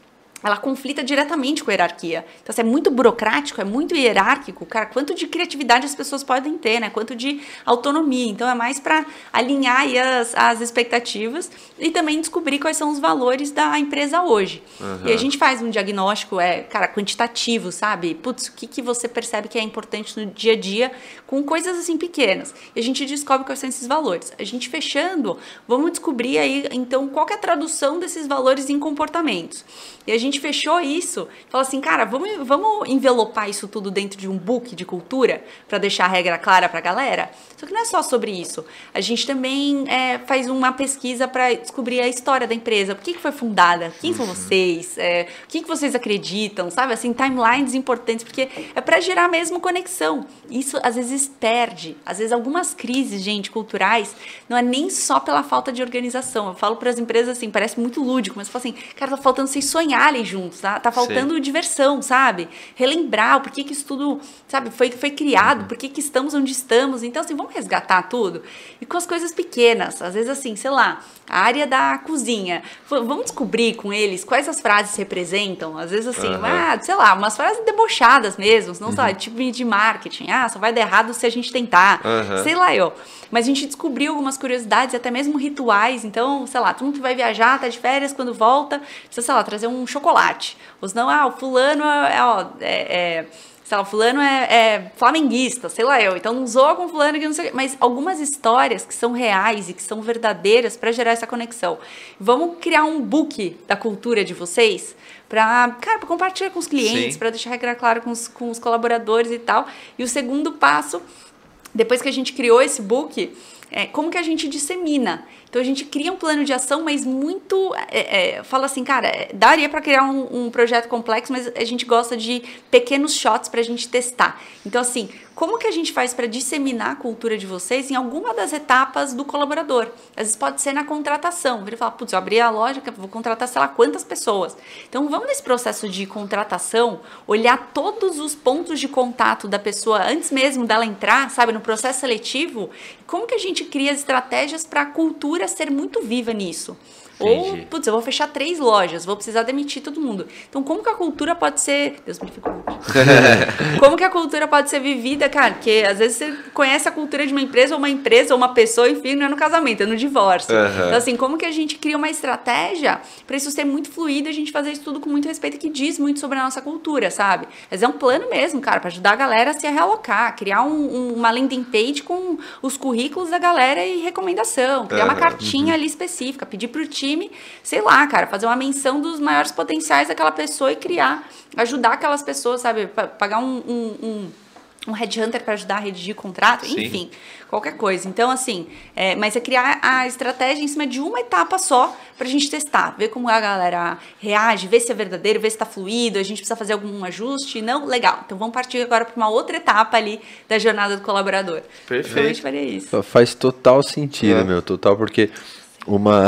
ela conflita diretamente com a hierarquia. Então, assim, é muito burocrático, é muito hierárquico, cara, quanto de criatividade as pessoas podem ter, né? Quanto de autonomia. Então, é mais para alinhar aí as, as expectativas e também descobrir quais são os valores da empresa hoje. Uhum. E a gente faz um diagnóstico, é, cara, quantitativo, sabe? Putz, o que, que você percebe que é importante no dia a dia com coisas, assim, pequenas. E a gente descobre quais são esses valores. A gente fechando, vamos descobrir aí, então, qual que é a tradução desses valores em comportamentos. E a gente fechou isso, falou assim, cara, vamos, vamos envelopar isso tudo dentro de um book de cultura para deixar a regra clara para a galera? Só que não é só sobre isso. A gente também é, faz uma pesquisa para descobrir a história da empresa. Por que, que foi fundada? Quem são vocês? É, o que, que vocês acreditam? Sabe, assim, timelines importantes, porque é para gerar mesmo conexão. Isso, às vezes, perde. Às vezes, algumas crises, gente, culturais, não é nem só pela falta de organização. Eu falo para as empresas assim, parece muito lúdico, mas eu falo assim, cara, tá faltando vocês sonharem juntos, tá? Tá faltando Sim. diversão, sabe? Relembrar o porquê que isso tudo, sabe, foi, foi criado, uhum. por que que estamos onde estamos. Então, assim, vamos resgatar tudo. E com as coisas pequenas, às vezes assim, sei lá, a área da cozinha. Vamos descobrir com eles quais as frases representam. Às vezes assim, uhum. ah, sei lá, umas frases debochadas mesmo, não uhum. sei lá, tipo de marketing. Ah, só vai dar errado se a gente tentar. Uhum. Sei lá eu. Mas a gente descobriu algumas curiosidades, até mesmo rituais. Então, sei lá, todo mundo que vai viajar, tá de férias, quando volta, precisa, sei lá, trazer um chocolate. Ou senão, ah, o fulano é, ó, é, é sei lá, o fulano é, é flamenguista, sei lá eu, então não zoa com fulano que não sei o quê, mas algumas histórias que são reais e que são verdadeiras para gerar essa conexão. Vamos criar um book da cultura de vocês para, cara, para compartilhar com os clientes, para deixar regra claro com os, com os colaboradores e tal. E o segundo passo, depois que a gente criou esse book, é como que a gente dissemina. Então, a gente cria um plano de ação, mas muito... É, é, fala assim, cara, daria para criar um, um projeto complexo, mas a gente gosta de pequenos shots para a gente testar. Então, assim, como que a gente faz para disseminar a cultura de vocês em alguma das etapas do colaborador? Às vezes pode ser na contratação. Ele fala, putz, eu abri a loja, vou contratar, sei lá, quantas pessoas. Então, vamos nesse processo de contratação, olhar todos os pontos de contato da pessoa antes mesmo dela entrar, sabe, no processo seletivo. Como que a gente cria as estratégias para a cultura ser muito viva nisso? Entendi. Ou, putz, eu vou fechar três lojas, vou precisar demitir todo mundo. Então, como que a cultura pode ser... Deus me dificulte. Como que a cultura pode ser vivida, cara? Porque, às vezes, você conhece a cultura de uma empresa, ou uma empresa, ou uma pessoa, enfim, não é no casamento, é no divórcio. Uhum. Então, assim, como que a gente cria uma estratégia para isso ser muito fluido e a gente fazer isso tudo com muito respeito, que diz muito sobre a nossa cultura, sabe? Mas é um plano mesmo, cara, para ajudar a galera a se realocar, criar um, um, uma landing page com os currículos da galera e recomendação, criar uhum. uma cartinha uhum. ali específica, pedir pro time time, sei lá, cara, fazer uma menção dos maiores potenciais daquela pessoa e criar, ajudar aquelas pessoas, sabe, pagar um, um, um, um headhunter para ajudar a redigir contrato, Sim. enfim, qualquer coisa. Então, assim, é, mas é criar a estratégia em cima de uma etapa só pra gente testar, ver como a galera reage, ver se é verdadeiro, ver se tá fluido, a gente precisa fazer algum ajuste, não, legal. Então, vamos partir agora para uma outra etapa ali da jornada do colaborador. Perfeito. Então, a gente faria isso. Faz total sentido, é. meu, total, porque... Uma.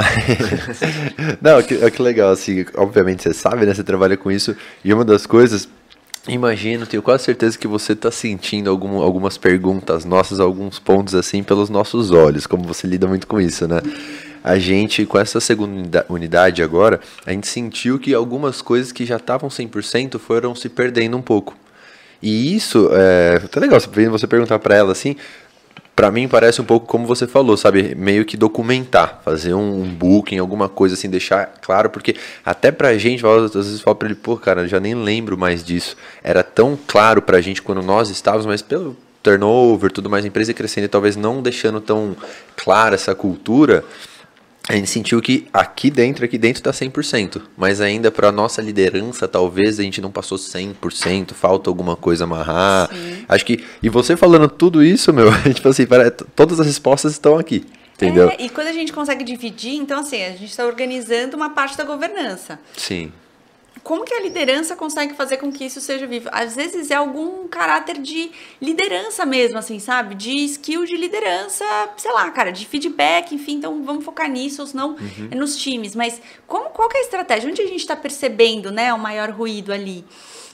Não, que, que legal, assim, obviamente você sabe, né? Você trabalha com isso, e uma das coisas, imagino, tenho quase certeza que você está sentindo algum, algumas perguntas nossas, alguns pontos assim, pelos nossos olhos, como você lida muito com isso, né? A gente, com essa segunda unidade agora, a gente sentiu que algumas coisas que já estavam cem por cento foram se perdendo um pouco. E isso, é tá legal, você perguntar para ela assim. Pra mim parece um pouco como você falou, sabe, meio que documentar, fazer um, um booking, alguma coisa assim, deixar claro, porque até pra gente, às vezes falo pra ele, pô, cara, eu já nem lembro mais disso, era tão claro pra gente quando nós estávamos, mas pelo turnover, tudo mais, a empresa crescendo e talvez não deixando tão clara essa cultura, a gente sentiu que aqui dentro, aqui dentro tá cem por cento, mas ainda para nossa liderança, talvez a gente não passou cem por cento, falta alguma coisa amarrar. Sim. Acho que, e você falando tudo isso, meu, tipo assim, todas as respostas estão aqui, entendeu? É, e quando a gente consegue dividir, então assim, a gente está organizando uma parte da governança. Sim. Como que a liderança consegue fazer com que isso seja vivo? Às vezes é algum caráter de liderança mesmo, assim, sabe? De skill de liderança, sei lá, cara, de feedback, enfim, então vamos focar nisso, ou senão uhum. é nos times. Mas como, qual que é a estratégia? Onde a gente está percebendo, né, o maior ruído ali?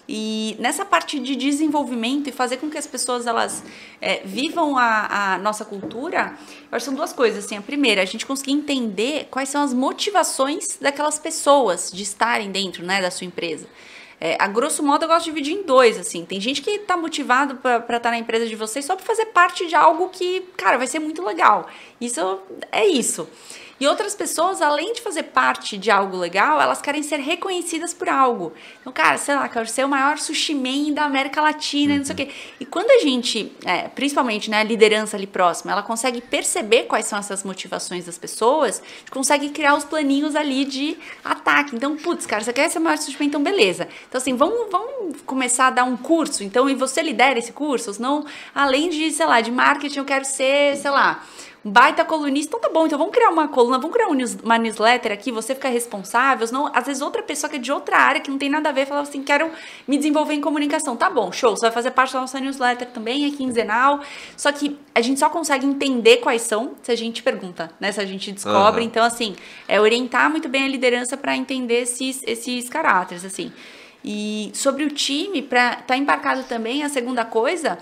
E nessa parte de desenvolvimento e fazer com que as pessoas elas é, vivam a, a nossa cultura, eu acho que são duas coisas. Assim. A primeira, a gente conseguir entender quais são as motivações daquelas pessoas de estarem dentro, né, da sua empresa. É, a grosso modo, eu gosto de dividir em dois, assim. Tem gente que está motivado para estar na empresa de vocês só para fazer parte de algo que, cara, vai ser muito legal. Isso é isso. E outras pessoas, além de fazer parte de algo legal, elas querem ser reconhecidas por algo. Então, cara, sei lá, quero ser o maior sushi man da América Latina, uhum. não sei o quê. E quando a gente, é, principalmente, né, a liderança ali próxima, ela consegue perceber quais são essas motivações das pessoas, a gente consegue criar os planinhos ali de ataque. Então, putz, cara, você quer ser o maior sushi man? Então, beleza. Então, assim, vamos, vamos começar a dar um curso. Então, e você lidera esse curso? Senão, além de, sei lá, de marketing, eu quero ser, sei lá... um baita colunista, então tá bom, então vamos criar uma coluna, vamos criar uma newsletter aqui, você fica responsável, senão, às vezes outra pessoa que é de outra área, que não tem nada a ver, fala assim, quero me desenvolver em comunicação, tá bom, show, você vai fazer parte da nossa newsletter também, é quinzenal, só que a gente só consegue entender quais são, se a gente pergunta, né, se a gente descobre, uhum. Então assim, é orientar muito bem a liderança para entender esses, esses caráteres, assim. E sobre o time, para estar tá embarcado também, a segunda coisa,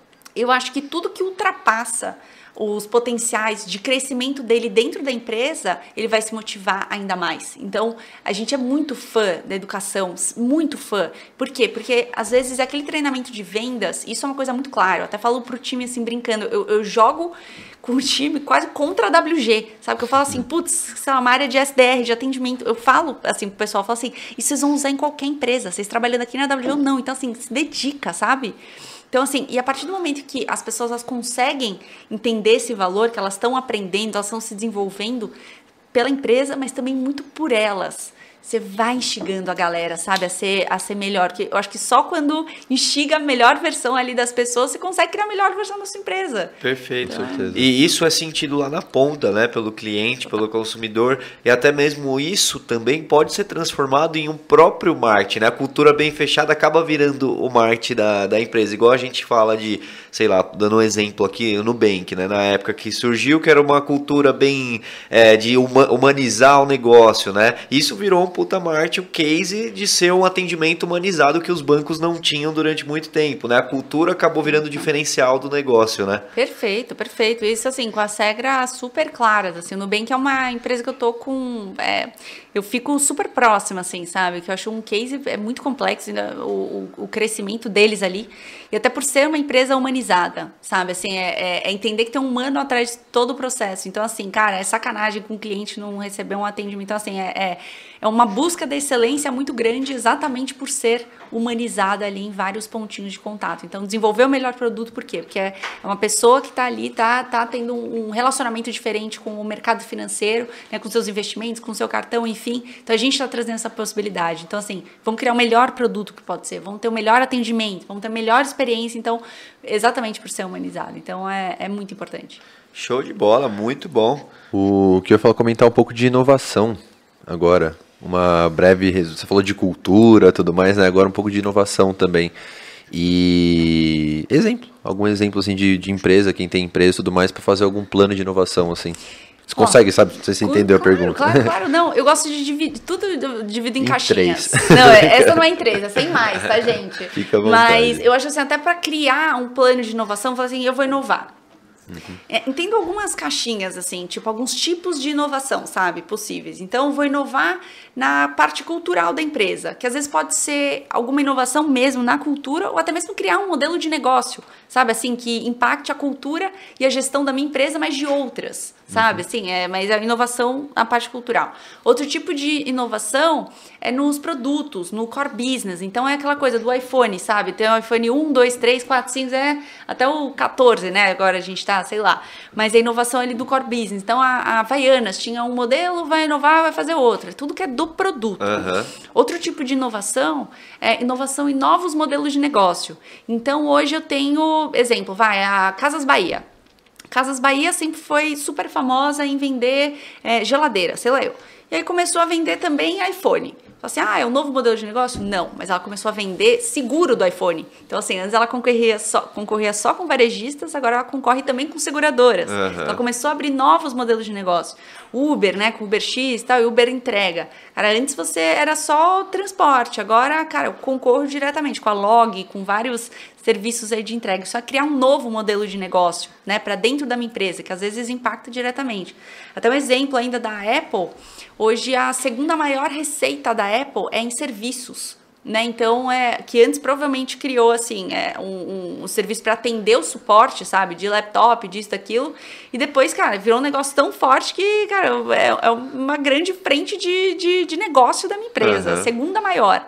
eu acho que tudo que ultrapassa os potenciais de crescimento dele dentro da empresa, ele vai se motivar ainda mais. Então, a gente é muito fã da educação, muito fã. Por quê? Porque, às vezes, aquele treinamento de vendas, isso é uma coisa muito clara. Eu até falo pro time, assim, brincando, eu, eu jogo com o time quase contra a W G, sabe? Que eu falo assim, putz, sei lá, uma área de S D R, de atendimento, eu falo, assim, pro pessoal, eu falo assim, isso vocês vão usar em qualquer empresa, vocês trabalhando aqui na W G ou não, então, assim, se dedica, sabe? Então, assim, e a partir do momento que as pessoas elas conseguem entender esse valor, que elas estão aprendendo, elas estão se desenvolvendo pela empresa, mas também muito por elas. Você vai instigando a galera, sabe, a ser, a ser melhor. Porque eu acho que só quando instiga a melhor versão ali das pessoas, você consegue criar a melhor versão da sua empresa. Perfeito. Então, certeza. E isso é sentido lá na ponta, né? Pelo cliente, pelo consumidor. E até mesmo isso também pode ser transformado em um próprio marketing, né? A cultura bem fechada acaba virando o marketing da, da empresa. Igual a gente fala de, sei lá, dando um exemplo aqui, o Nubank, né? Na época que surgiu, que era uma cultura bem é, de humanizar o negócio, né? Isso virou um puta marketing, o case de ser um atendimento humanizado que os bancos não tinham durante muito tempo, né? A cultura acabou virando diferencial do negócio, né? Perfeito, perfeito. Isso, assim, com as regras super claras, assim. O Nubank é uma empresa que eu tô com... É, eu fico super próxima, assim, sabe? Que eu acho um case é muito complexo, né? o, o, o crescimento deles ali. E até por ser uma empresa humanizada, sabe? Assim, é, é, é entender que tem um humano atrás de todo o processo. Então, assim, cara, é sacanagem com o cliente não receber um atendimento. Então, assim, é, é, é uma busca da excelência muito grande exatamente por ser humanizada ali em vários pontinhos de contato. Então, desenvolver o melhor produto, por quê? Porque é uma pessoa que está ali, tá, tá tendo um relacionamento diferente com o mercado financeiro, né, com seus investimentos, com o seu cartão, enfim. Então, a gente está trazendo essa possibilidade. Então, assim, vamos criar o melhor produto que pode ser, vamos ter o melhor atendimento, vamos ter a melhor experiência, então, exatamente por ser humanizado. Então, é, é muito importante. Show de bola, muito bom. O que eu ia falar, comentar um pouco de inovação agora. Uma breve, você falou de cultura, tudo mais, né? Agora um pouco de inovação também. E exemplo, algum exemplo assim de, de empresa, quem tem empresa e tudo mais, para fazer algum plano de inovação assim. Você Ó, consegue, sabe? Você se entendeu claro, a pergunta. Claro, claro, não. Eu gosto de dividir, tudo eu divido em, em caixinhas. Três. Não, essa não é em três, é sem mais, tá, gente? Fica à vontade. Mas eu acho assim, até para criar um plano de inovação, falar assim, eu vou inovar. Uhum. É, entendo algumas caixinhas, assim, tipo, alguns tipos de inovação, sabe, possíveis. Então, vou inovar na parte cultural da empresa, que às vezes pode ser alguma inovação mesmo na cultura, ou até mesmo criar um modelo de negócio, sabe, assim, que impacte a cultura e a gestão da minha empresa, mas de outras, sabe, uhum. assim, é, mas a inovação na parte cultural. Outro tipo de inovação é nos produtos, no core business. Então, é aquela coisa do iPhone, sabe, tem o iPhone um, dois, três, quatro, cinco, é, até o quatorze, né, agora a gente tá, sei lá, mas a inovação ali do core business. Então, a, a Havaianas tinha um modelo, vai inovar, vai fazer outra. Tudo que é do produto. Uhum. Outro tipo de inovação é inovação em novos modelos de negócio. Então, hoje eu tenho, exemplo, vai, a Casas Bahia. Casas Bahia sempre foi super famosa em vender é, geladeira, sei lá eu. E aí começou a vender também iPhone. assim, ah, é um novo modelo de negócio? Não, mas ela começou a vender seguro do iPhone. Então, assim, antes ela concorria só, concorria só com varejistas, agora ela concorre também com seguradoras. Uhum. Então, ela começou a abrir novos modelos de negócio. Uber, né, com Uber X e tal, e Uber entrega. Cara, antes você era só transporte, agora, cara, eu concorro diretamente com a Log, com vários serviços aí de entrega. Isso é criar um novo modelo de negócio, né, para dentro da minha empresa, que às vezes impacta diretamente. Até um exemplo ainda da Apple, hoje a segunda maior receita da Apple é em serviços, né? Então, é que antes provavelmente criou assim, é, um, um, um serviço para atender o suporte, sabe? De laptop, disso, daquilo. E depois, cara, virou um negócio tão forte que, cara, é, é uma grande frente de, de, de negócio da minha empresa, uhum. segunda maior.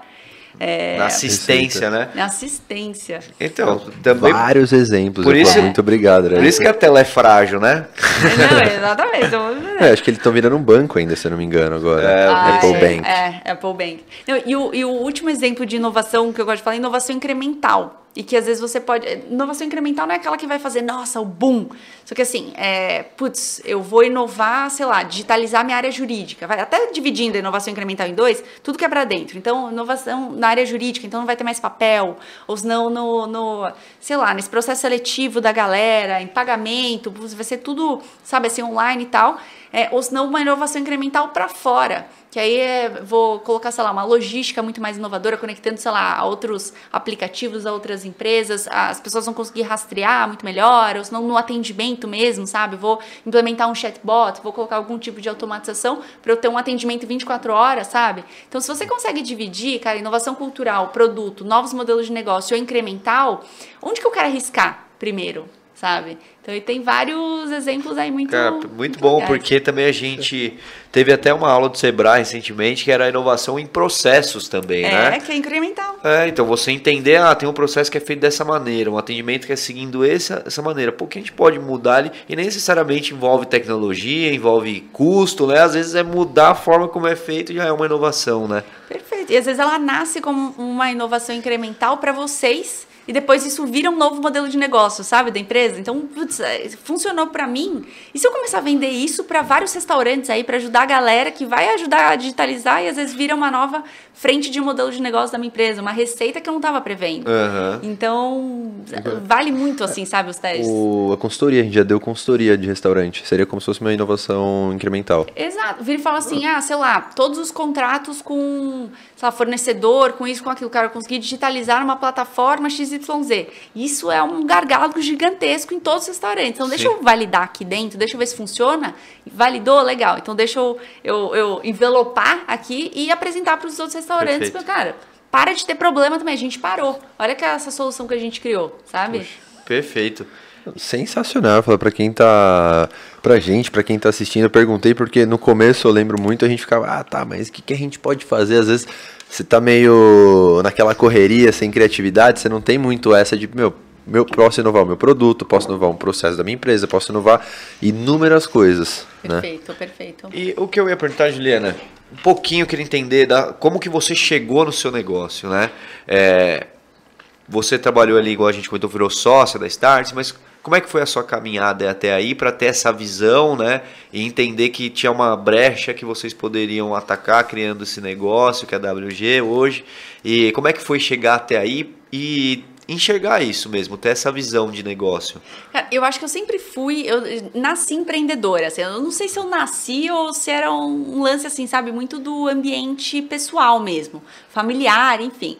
É, na assistência, né? Na assistência. Então, também... Vários exemplos. Por isso, muito obrigado. Por isso que a tela é frágil, né? Não, exatamente. É, acho que eles estão virando um banco ainda, se eu não me engano, agora. É, ah, Apple é, Bank. É, Apple Bank. Não, e, o, e o último exemplo de inovação que eu gosto de falar é inovação incremental. E que às vezes você pode... Inovação incremental não é aquela que vai fazer, nossa, o boom. Só que assim, é, putz, eu vou inovar, sei lá, digitalizar minha área jurídica. Vai, até dividindo a inovação incremental em dois, tudo que é pra dentro. Então, inovação na área jurídica, então não vai ter mais papel. Ou senão, no, no, sei lá, nesse processo seletivo da galera, em pagamento, vai ser tudo, sabe, assim, online e tal. É, ou senão uma inovação incremental para fora. Que aí é, vou colocar, sei lá, uma logística muito mais inovadora, conectando, sei lá, a outros aplicativos, a outras empresas, as pessoas vão conseguir rastrear muito melhor, ou senão no atendimento mesmo, sabe? Vou implementar um chatbot, vou colocar algum tipo de automatização para eu ter um atendimento vinte e quatro horas, sabe? Então, se você consegue dividir, cara, inovação cultural, produto, novos modelos de negócio ou incremental, onde que eu quero arriscar primeiro, sabe? Então, ele tem vários exemplos aí muito... Cara, muito, muito bom, legais. Porque também a gente teve até uma aula do Sebrae recentemente, que era a inovação em processos também, é, né? É, que é incremental. É, então você entender, ah, tem um processo que é feito dessa maneira, um atendimento que é seguindo essa, essa maneira. Pô, que a gente pode mudar ali, e nem necessariamente envolve tecnologia, envolve custo, né? Às vezes é mudar a forma como é feito, já é uma inovação, né? Perfeito. E às vezes ela nasce como uma inovação incremental para vocês, e depois isso vira um novo modelo de negócio, sabe, da empresa. Então, putz, funcionou para mim. E se eu começar a vender isso para vários restaurantes aí, para ajudar a galera que vai ajudar a digitalizar e às vezes vira uma nova frente de modelo de negócio da minha empresa, uma receita que eu não estava prevendo. Uhum. Então, vale muito, assim, sabe, os testes. O, a consultoria, a gente já deu consultoria de restaurante. Seria como se fosse uma inovação incremental. Exato. Vira e fala assim, ah, sei lá, todos os contratos com, sei lá, fornecedor, com isso, com aquilo. Cara, eu consegui digitalizar uma plataforma X Y Z. Isso é um gargalo gigantesco em todos os restaurantes. Então, deixa Sim. eu validar aqui dentro, deixa eu ver se funciona. Validou? Legal. Então, deixa eu, eu, eu envelopar aqui e apresentar para os outros restaurantes. Porque, cara, para de ter problema também. A gente parou. Olha que essa solução que a gente criou, sabe? Puxa, perfeito. Sensacional, falar para quem tá, pra gente, para quem tá assistindo, eu perguntei porque no começo eu lembro muito, a gente ficava, ah, tá, mas o que, que a gente pode fazer? Às vezes você tá meio naquela correria, sem criatividade, você não tem muito essa de, meu, meu posso inovar o meu produto, posso inovar um processo da minha empresa, posso inovar inúmeras coisas. Perfeito, né? perfeito. E o que eu ia perguntar, Juliana, um pouquinho eu queria entender da, como que você chegou no seu negócio, né? É, você trabalhou ali, igual a gente comentou, virou sócia da Startse, mas como é que foi a sua caminhada até aí para ter essa visão, né? E entender que tinha uma brecha que vocês poderiam atacar criando esse negócio que é a W G hoje. E como é que foi chegar até aí e enxergar isso mesmo, ter essa visão de negócio? Eu acho que eu sempre fui, eu nasci empreendedora, assim, eu não sei se eu nasci ou se era um lance assim, sabe, muito do ambiente pessoal mesmo, familiar, enfim.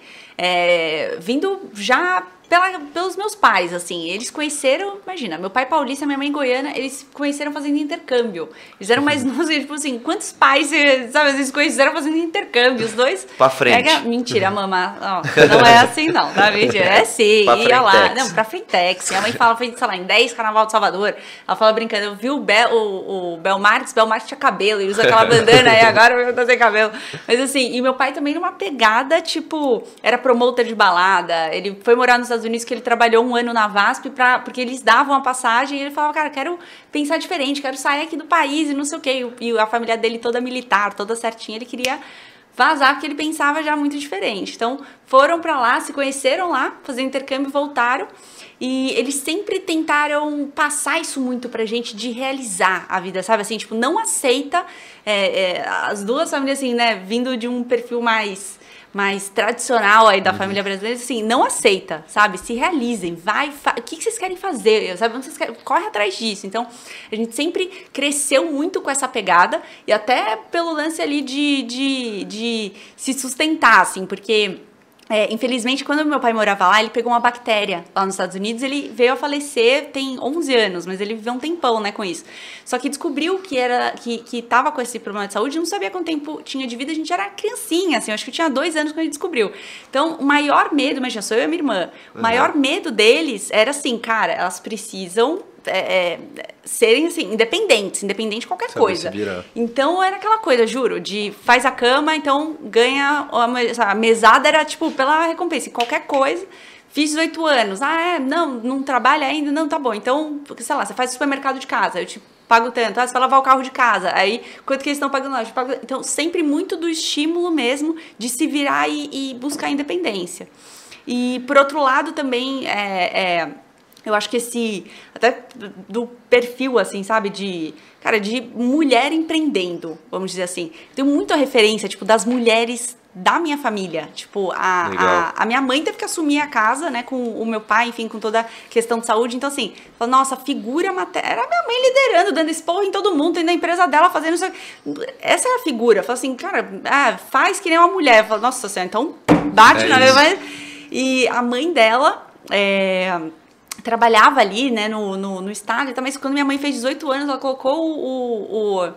É, vindo já pela, pelos meus pais, assim, eles conheceram, imagina, meu pai paulista, minha mãe goiana, eles conheceram fazendo intercâmbio. Eles eram mais novos, tipo assim, quantos pais, sabe, eles conheceram fazendo intercâmbio, os dois... Pra frente. Pega, mentira, mamãe, ó, não é assim não, tá, mentira, é sim, pra ia lá, frentex. não, pra frentex. Minha mãe fala, foi, sei lá, em dez Carnaval de Salvador, ela fala brincando, eu vi o, Bel, o, o Belmartes, Belmartes tinha cabelo, ele usa aquela bandana, aí agora eu tô sem cabelo. Mas assim, e meu pai também numa pegada, tipo, era promotor de balada, ele foi morar nos Estados Unidos, que ele trabalhou um ano na VASP, pra, porque eles davam a passagem, e ele falava, cara, quero pensar diferente, quero sair aqui do país, e não sei o quê, e a família dele toda militar, toda certinha, ele queria vazar, porque ele pensava já muito diferente. Então, foram pra lá, se conheceram lá, fazer intercâmbio, voltaram. E eles sempre tentaram passar isso muito pra gente, de realizar a vida, sabe? Assim, tipo, não aceita é, é, as duas famílias, assim, né? Vindo de um perfil mais, mais tradicional aí da uhum. família brasileira, assim, não aceita, sabe? Se realizem, vai, fa- o que, que vocês querem fazer? Sabe? Vocês querem? Corre atrás disso. Então, a gente sempre cresceu muito com essa pegada, e até pelo lance ali de, de, de se sustentar, assim, porque... É, infelizmente, quando meu pai morava lá, ele pegou uma bactéria lá nos Estados Unidos, ele veio a falecer tem onze anos, mas ele viveu um tempão, né, com isso. Só que descobriu que era que, que tava com esse problema de saúde, não sabia quanto tempo tinha de vida, a gente era criancinha, assim, eu acho que eu tinha dois anos quando a gente descobriu. Então, o maior medo, mas já sou eu e a minha irmã, o uhum. maior medo deles era assim, cara, elas precisam... É, é, serem assim, independentes, independente de qualquer Sabe coisa. Então era aquela coisa, juro, de faz a cama, então ganha a mesada, era tipo pela recompensa, qualquer coisa. Fiz dezoito anos, ah, é, não, não trabalha ainda, não, tá bom. Então, sei lá, você faz o supermercado de casa, eu te pago tanto, ah, você vai lavar o carro de casa, aí quanto que eles estão pagando lá? Eu te pago... Então, sempre muito do estímulo mesmo de se virar e, e buscar independência. E por outro lado também é, é eu acho que esse, até do perfil, assim, sabe, de, cara, de mulher empreendendo, vamos dizer assim. Tenho muita referência, tipo, das mulheres da minha família. Tipo, a, a, a minha mãe teve que assumir a casa, né, com o meu pai, enfim, com toda a questão de saúde. Então, assim, fala, nossa, figura materna, era a minha mãe liderando, dando esporro em todo mundo, tendo a empresa dela, fazendo isso. Essa é a figura. Fala assim, cara, ah, faz que nem uma mulher. Fala, nossa senhora, então bate é na minha. E a mãe dela, é... trabalhava ali, né, no, no, no estádio, mas quando minha mãe fez dezoito anos, ela colocou o, o,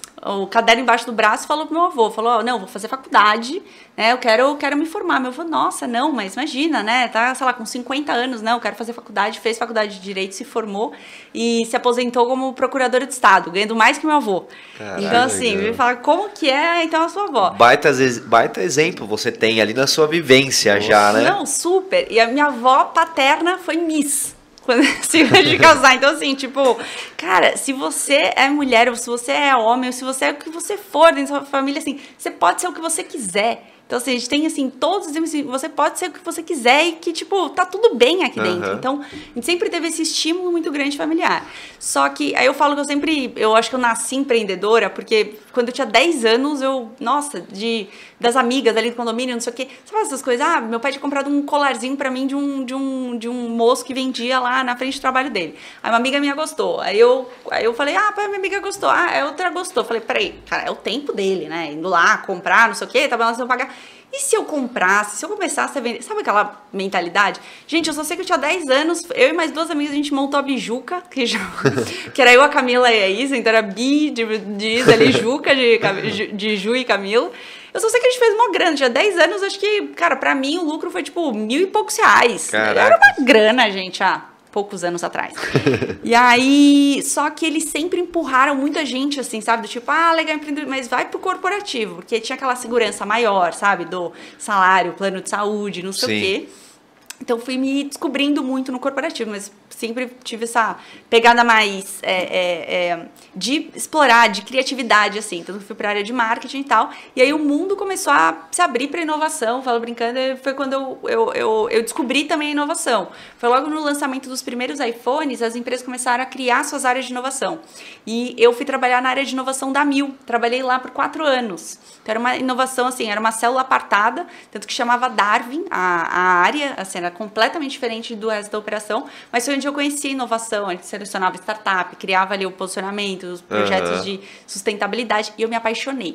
o caderno embaixo do braço e falou pro meu avô, falou, oh, não, vou fazer faculdade, né, eu quero, eu quero me formar. Meu avô, nossa, não, mas imagina, né, tá, sei lá, com cinquenta anos, não, eu quero fazer faculdade, fez faculdade de Direito, se formou e se aposentou como procuradora de Estado, ganhando mais que meu avô. Caraca, então, assim, me fala, como que é, então, a sua avó? Baita, baita exemplo você tem ali na sua vivência Nossa. já, né? Não, super. E a minha avó paterna foi Miss. Quando se de casar. Então, assim, tipo, cara, se você é mulher, ou se você é homem, ou se você é o que você for dentro da sua família, assim, você pode ser o que você quiser. Então, assim, a gente tem, assim, todos os assim, você pode ser o que você quiser e que, tipo, tá tudo bem aqui dentro. Uhum. Então, a gente sempre teve esse estímulo muito grande familiar. Só que, aí eu falo que eu sempre, eu acho que eu nasci empreendedora, porque quando eu tinha dez anos, eu, nossa, de, das amigas ali do condomínio, não sei o quê, você faz essas coisas, ah, meu pai tinha comprado um colarzinho pra mim de um, de um, de um moço que vendia lá na frente do trabalho dele. Aí uma amiga minha gostou. Aí eu, aí eu falei, ah, pai, minha amiga gostou. Ah, a outra gostou. Falei, peraí, cara, é o tempo dele, né? Indo lá, comprar, não sei o quê, tá bom, você vai pagar. E se eu comprasse, se eu começasse a vender, sabe aquela mentalidade? Gente, eu só sei que eu tinha dez anos, eu e mais duas amigas, a gente montou a Bijuca, que, já, que era eu, a Camila e a Isa, então era Bi de, de Isa ali, Juca, de, de Ju e Camila. Eu só sei que a gente fez uma grana, tinha dez anos, acho que, cara, pra mim o lucro foi tipo mil e poucos reais. Caraca. Era uma grana, gente, ah. poucos anos atrás. E aí, só que eles sempre empurraram muita gente, assim, sabe? Do tipo, ah, legal, empreendedor, mas vai pro corporativo, porque tinha aquela segurança maior, sabe? Do salário, plano de saúde, não sei Sim. o quê. Então, fui me descobrindo muito no corporativo, mas sempre tive essa pegada mais é, é, é, de explorar, de criatividade, assim. Então, fui para a área de marketing e tal. E aí, o mundo começou a se abrir para inovação. Falo brincando, foi quando eu, eu, eu, eu descobri também a inovação. Foi logo no lançamento dos primeiros iPhones, as empresas começaram a criar suas áreas de inovação. E eu fui trabalhar na área de inovação da Mil. Trabalhei lá por quatro anos. Então, era uma inovação, assim, era uma célula apartada, tanto que chamava Darwin, a, a área, assim, era completamente diferente do resto da operação, mas foi onde eu conheci a inovação, a gente selecionava startup, criava ali o posicionamento, os projetos uhum. de sustentabilidade, e eu me apaixonei.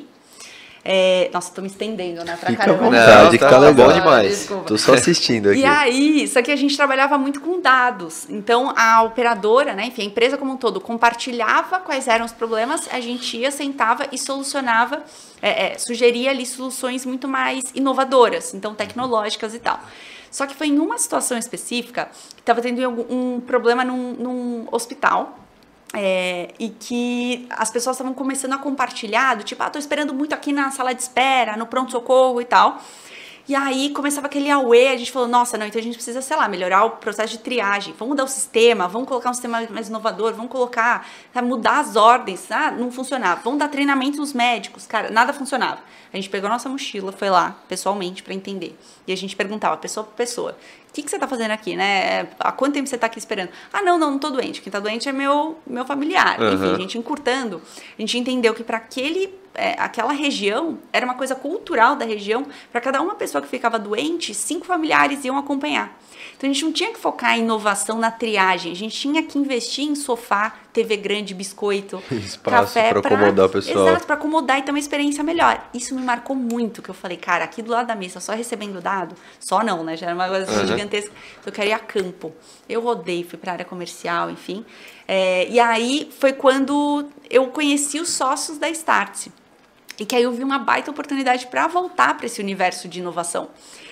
É, nossa, tô me estendendo, né? Pra Fica caramba. à vontade, que tá legal demais. Desculpa. Tô só assistindo aqui. E aí, só que a gente trabalhava muito com dados. Então, a operadora, né, enfim, a empresa como um todo, compartilhava quais eram os problemas, a gente ia, sentava e solucionava, é, é, sugeria ali soluções muito mais inovadoras, então tecnológicas e tal. Só que foi em uma situação específica que estava tendo um, um problema num, num hospital. É, e que as pessoas estavam começando a compartilhar, do tipo, ah, tô esperando muito aqui na sala de espera, no pronto-socorro e tal. E aí começava aquele auê, a gente falou, nossa, não, então a gente precisa, sei lá, melhorar o processo de triagem, vamos mudar o sistema, vamos colocar um sistema mais inovador, vamos colocar, sabe, mudar as ordens, ah, não funcionava, vamos dar treinamento nos médicos, cara, nada funcionava. A gente pegou a nossa mochila, foi lá, pessoalmente, para entender. E a gente perguntava, pessoa por pessoa, o que, que você tá fazendo aqui, né? Há quanto tempo você tá aqui esperando? Ah, não, não, não tô doente. Quem tá doente é meu, meu familiar. Uhum. Enfim, a gente encurtando, a gente entendeu que para aquele, é, aquela região, era uma coisa cultural da região, para cada uma pessoa que ficava doente, cinco familiares iam acompanhar. Então a gente não tinha que focar em inovação na triagem, a gente tinha que investir em sofá, T V grande, biscoito, espaço café para acomodar o pessoal. Exato, para acomodar e ter uma experiência melhor. Isso me marcou muito, que eu falei, cara, aqui do lado da mesa, só recebendo dado, só não, né? Já era uma coisa uhum. gigantesca. Eu queria ir a campo. Eu rodei, fui para a área comercial, enfim. É, e aí foi quando eu conheci os sócios da Startse. E que aí eu vi uma baita oportunidade para voltar para esse universo de inovação.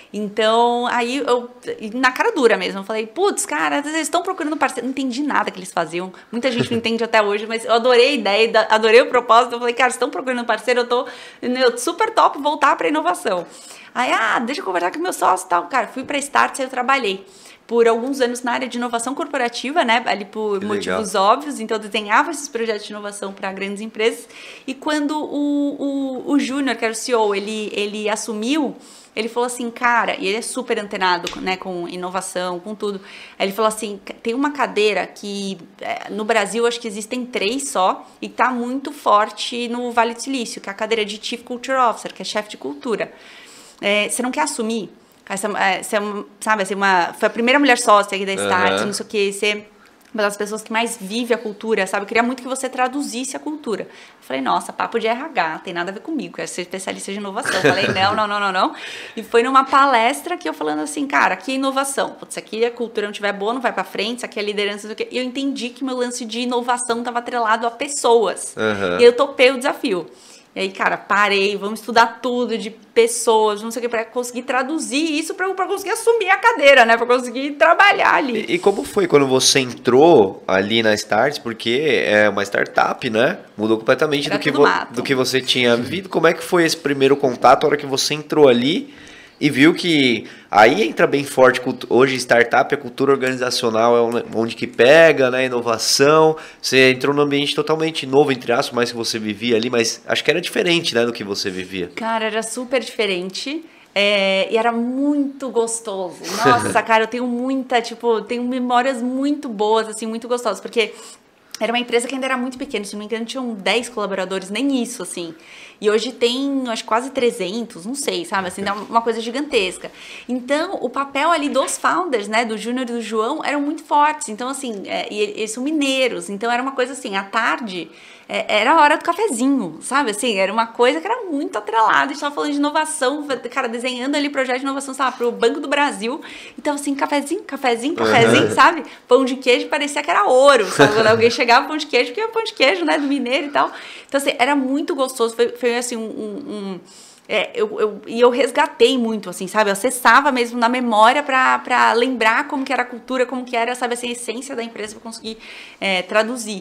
Então, aí eu, na cara dura mesmo, eu falei, putz, cara, eles estão procurando parceiro. Não entendi nada que eles faziam. Muita gente não entende até hoje, mas eu adorei a ideia, adorei o propósito. Eu falei, cara, estão procurando parceiro, eu tô eu, super top voltar para inovação. Aí, ah, deixa eu conversar com o meu sócio e tal. Cara, fui para a Startse e eu trabalhei por alguns anos na área de inovação corporativa, né, ali por que motivos legal. Óbvios, então eu desenhava esses projetos de inovação para grandes empresas, e quando o, o, o Júnior, que era o C E O, ele, ele assumiu, ele falou assim, cara, e ele é super antenado, né, com inovação, com tudo, aí ele falou assim, tem uma cadeira que é, no Brasil acho que existem três só, e tá muito forte no Vale do Silício, que é a cadeira de Chief Culture Officer, que é chefe de cultura. É, você não quer assumir? Essa, essa, sabe, assim, uma, foi a primeira mulher sócia aqui da Startse, uhum. não sei o que, você uma das pessoas que mais vive a cultura, sabe? Eu queria muito que você traduzisse a cultura. Eu falei, nossa, papo de R H, não tem nada a ver comigo, quero ser especialista de inovação. Eu falei, não, não, não, não, não. E foi numa palestra que eu falando assim, cara, aqui é inovação. Putz, aqui a cultura não estiver boa, não vai pra frente, isso aqui é liderança, não sei o quê. E eu entendi que meu lance de inovação estava atrelado a pessoas. Uhum. E eu topei o desafio. E aí, cara, parei, vamos estudar tudo de pessoas, não sei o que, para conseguir traduzir isso, para conseguir assumir a cadeira, né? Para conseguir trabalhar ali. E, e como foi quando você entrou ali na Startse? Porque é uma startup, né? Mudou completamente do que, vo do que você tinha vivido. Como é que foi esse primeiro contato, a hora que você entrou ali e viu que aí entra bem forte, hoje startup, a cultura organizacional é onde que pega, né, inovação, você entrou num ambiente totalmente novo, entre aspas, mais que você vivia ali, mas acho que era diferente, né, do que você vivia. Cara, era super diferente. É, e era muito gostoso. Nossa, cara, eu tenho muita, tipo, tenho memórias muito boas, assim, muito gostosas, porque era uma empresa que ainda era muito pequena, se não me engano, tinham dez colaboradores, nem isso, assim. E hoje tem, acho que quase trezentos, não sei, sabe? Assim, dá uma coisa gigantesca. Então, o papel ali dos founders, né, do Júnior e do João, eram muito fortes. Então, assim, é, e eles são mineiros. Então, era uma coisa assim, à tarde, é, era a hora do cafezinho, sabe? Assim, era uma coisa que era muito atrelada. A gente tava falando de inovação, cara, desenhando ali projeto de inovação, sei lá, pro Banco do Brasil. Então, assim, cafezinho, cafezinho, cafezinho, uhum. sabe? Pão de queijo parecia que era ouro, sabe? Quando alguém chegava, pão de queijo, porque é pão de queijo, né, do mineiro e tal. Então, assim, era muito gostoso. Foi, foi assim, um... um, um é, eu, eu, e eu resgatei muito, assim, sabe? Eu acessava mesmo na memória pra, pra lembrar como que era a cultura, como que era, sabe, assim, a essência da empresa pra conseguir é, traduzir.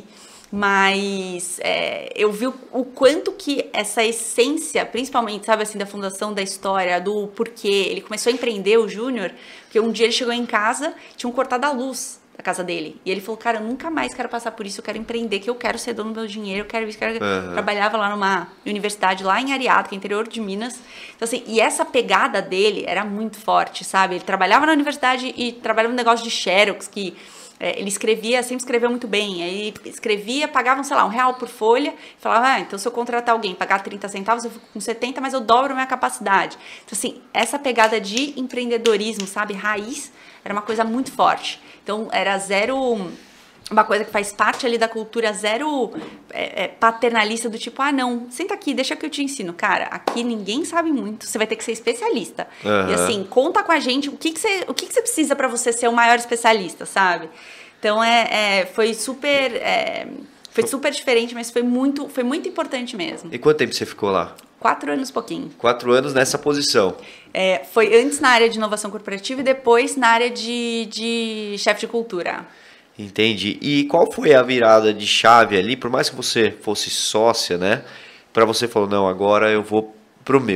Mas é, eu vi o, o quanto que essa essência, principalmente, sabe, assim, da fundação da história, do porquê ele começou a empreender, o Júnior, porque um dia ele chegou em casa, tinham cortado a luz da casa dele. E ele falou, cara, eu nunca mais quero passar por isso, eu quero empreender, que eu quero ser dono do meu dinheiro, eu quero isso, quero... Uhum. Trabalhava lá numa universidade, lá em Areado, que é interior de Minas. Então, assim, e essa pegada dele era muito forte, sabe? Ele trabalhava na universidade e trabalhava no negócio de xerox, que é, ele escrevia, sempre escreveu muito bem. Aí escrevia, pagavam, sei lá, um real por folha. Falava, ah, então se eu contratar alguém, pagar trinta centavos, eu fico com setenta, mas eu dobro a minha capacidade. Então, assim, essa pegada de empreendedorismo, sabe? Raiz, era uma coisa muito forte. Então, era zero... Uma coisa que faz parte ali da cultura zero é, é, paternalista, do tipo, ah, não, senta aqui, deixa que eu te ensino. Cara, aqui ninguém sabe muito, você vai ter que ser especialista. Uhum. E assim, conta com a gente o que, que, você, o que, que você precisa para você ser o maior especialista, sabe? Então, é, é, foi super... É, foi super diferente, mas foi muito, foi muito importante mesmo. E quanto tempo você ficou lá? Quatro anos, pouquinho. Quatro anos nessa posição. É, foi antes na área de inovação corporativa e depois na área de, de chefe de cultura. Entendi. E qual foi a virada de chave ali, por mais que você fosse sócia, né? Para você falar, não, agora eu vou pro meu.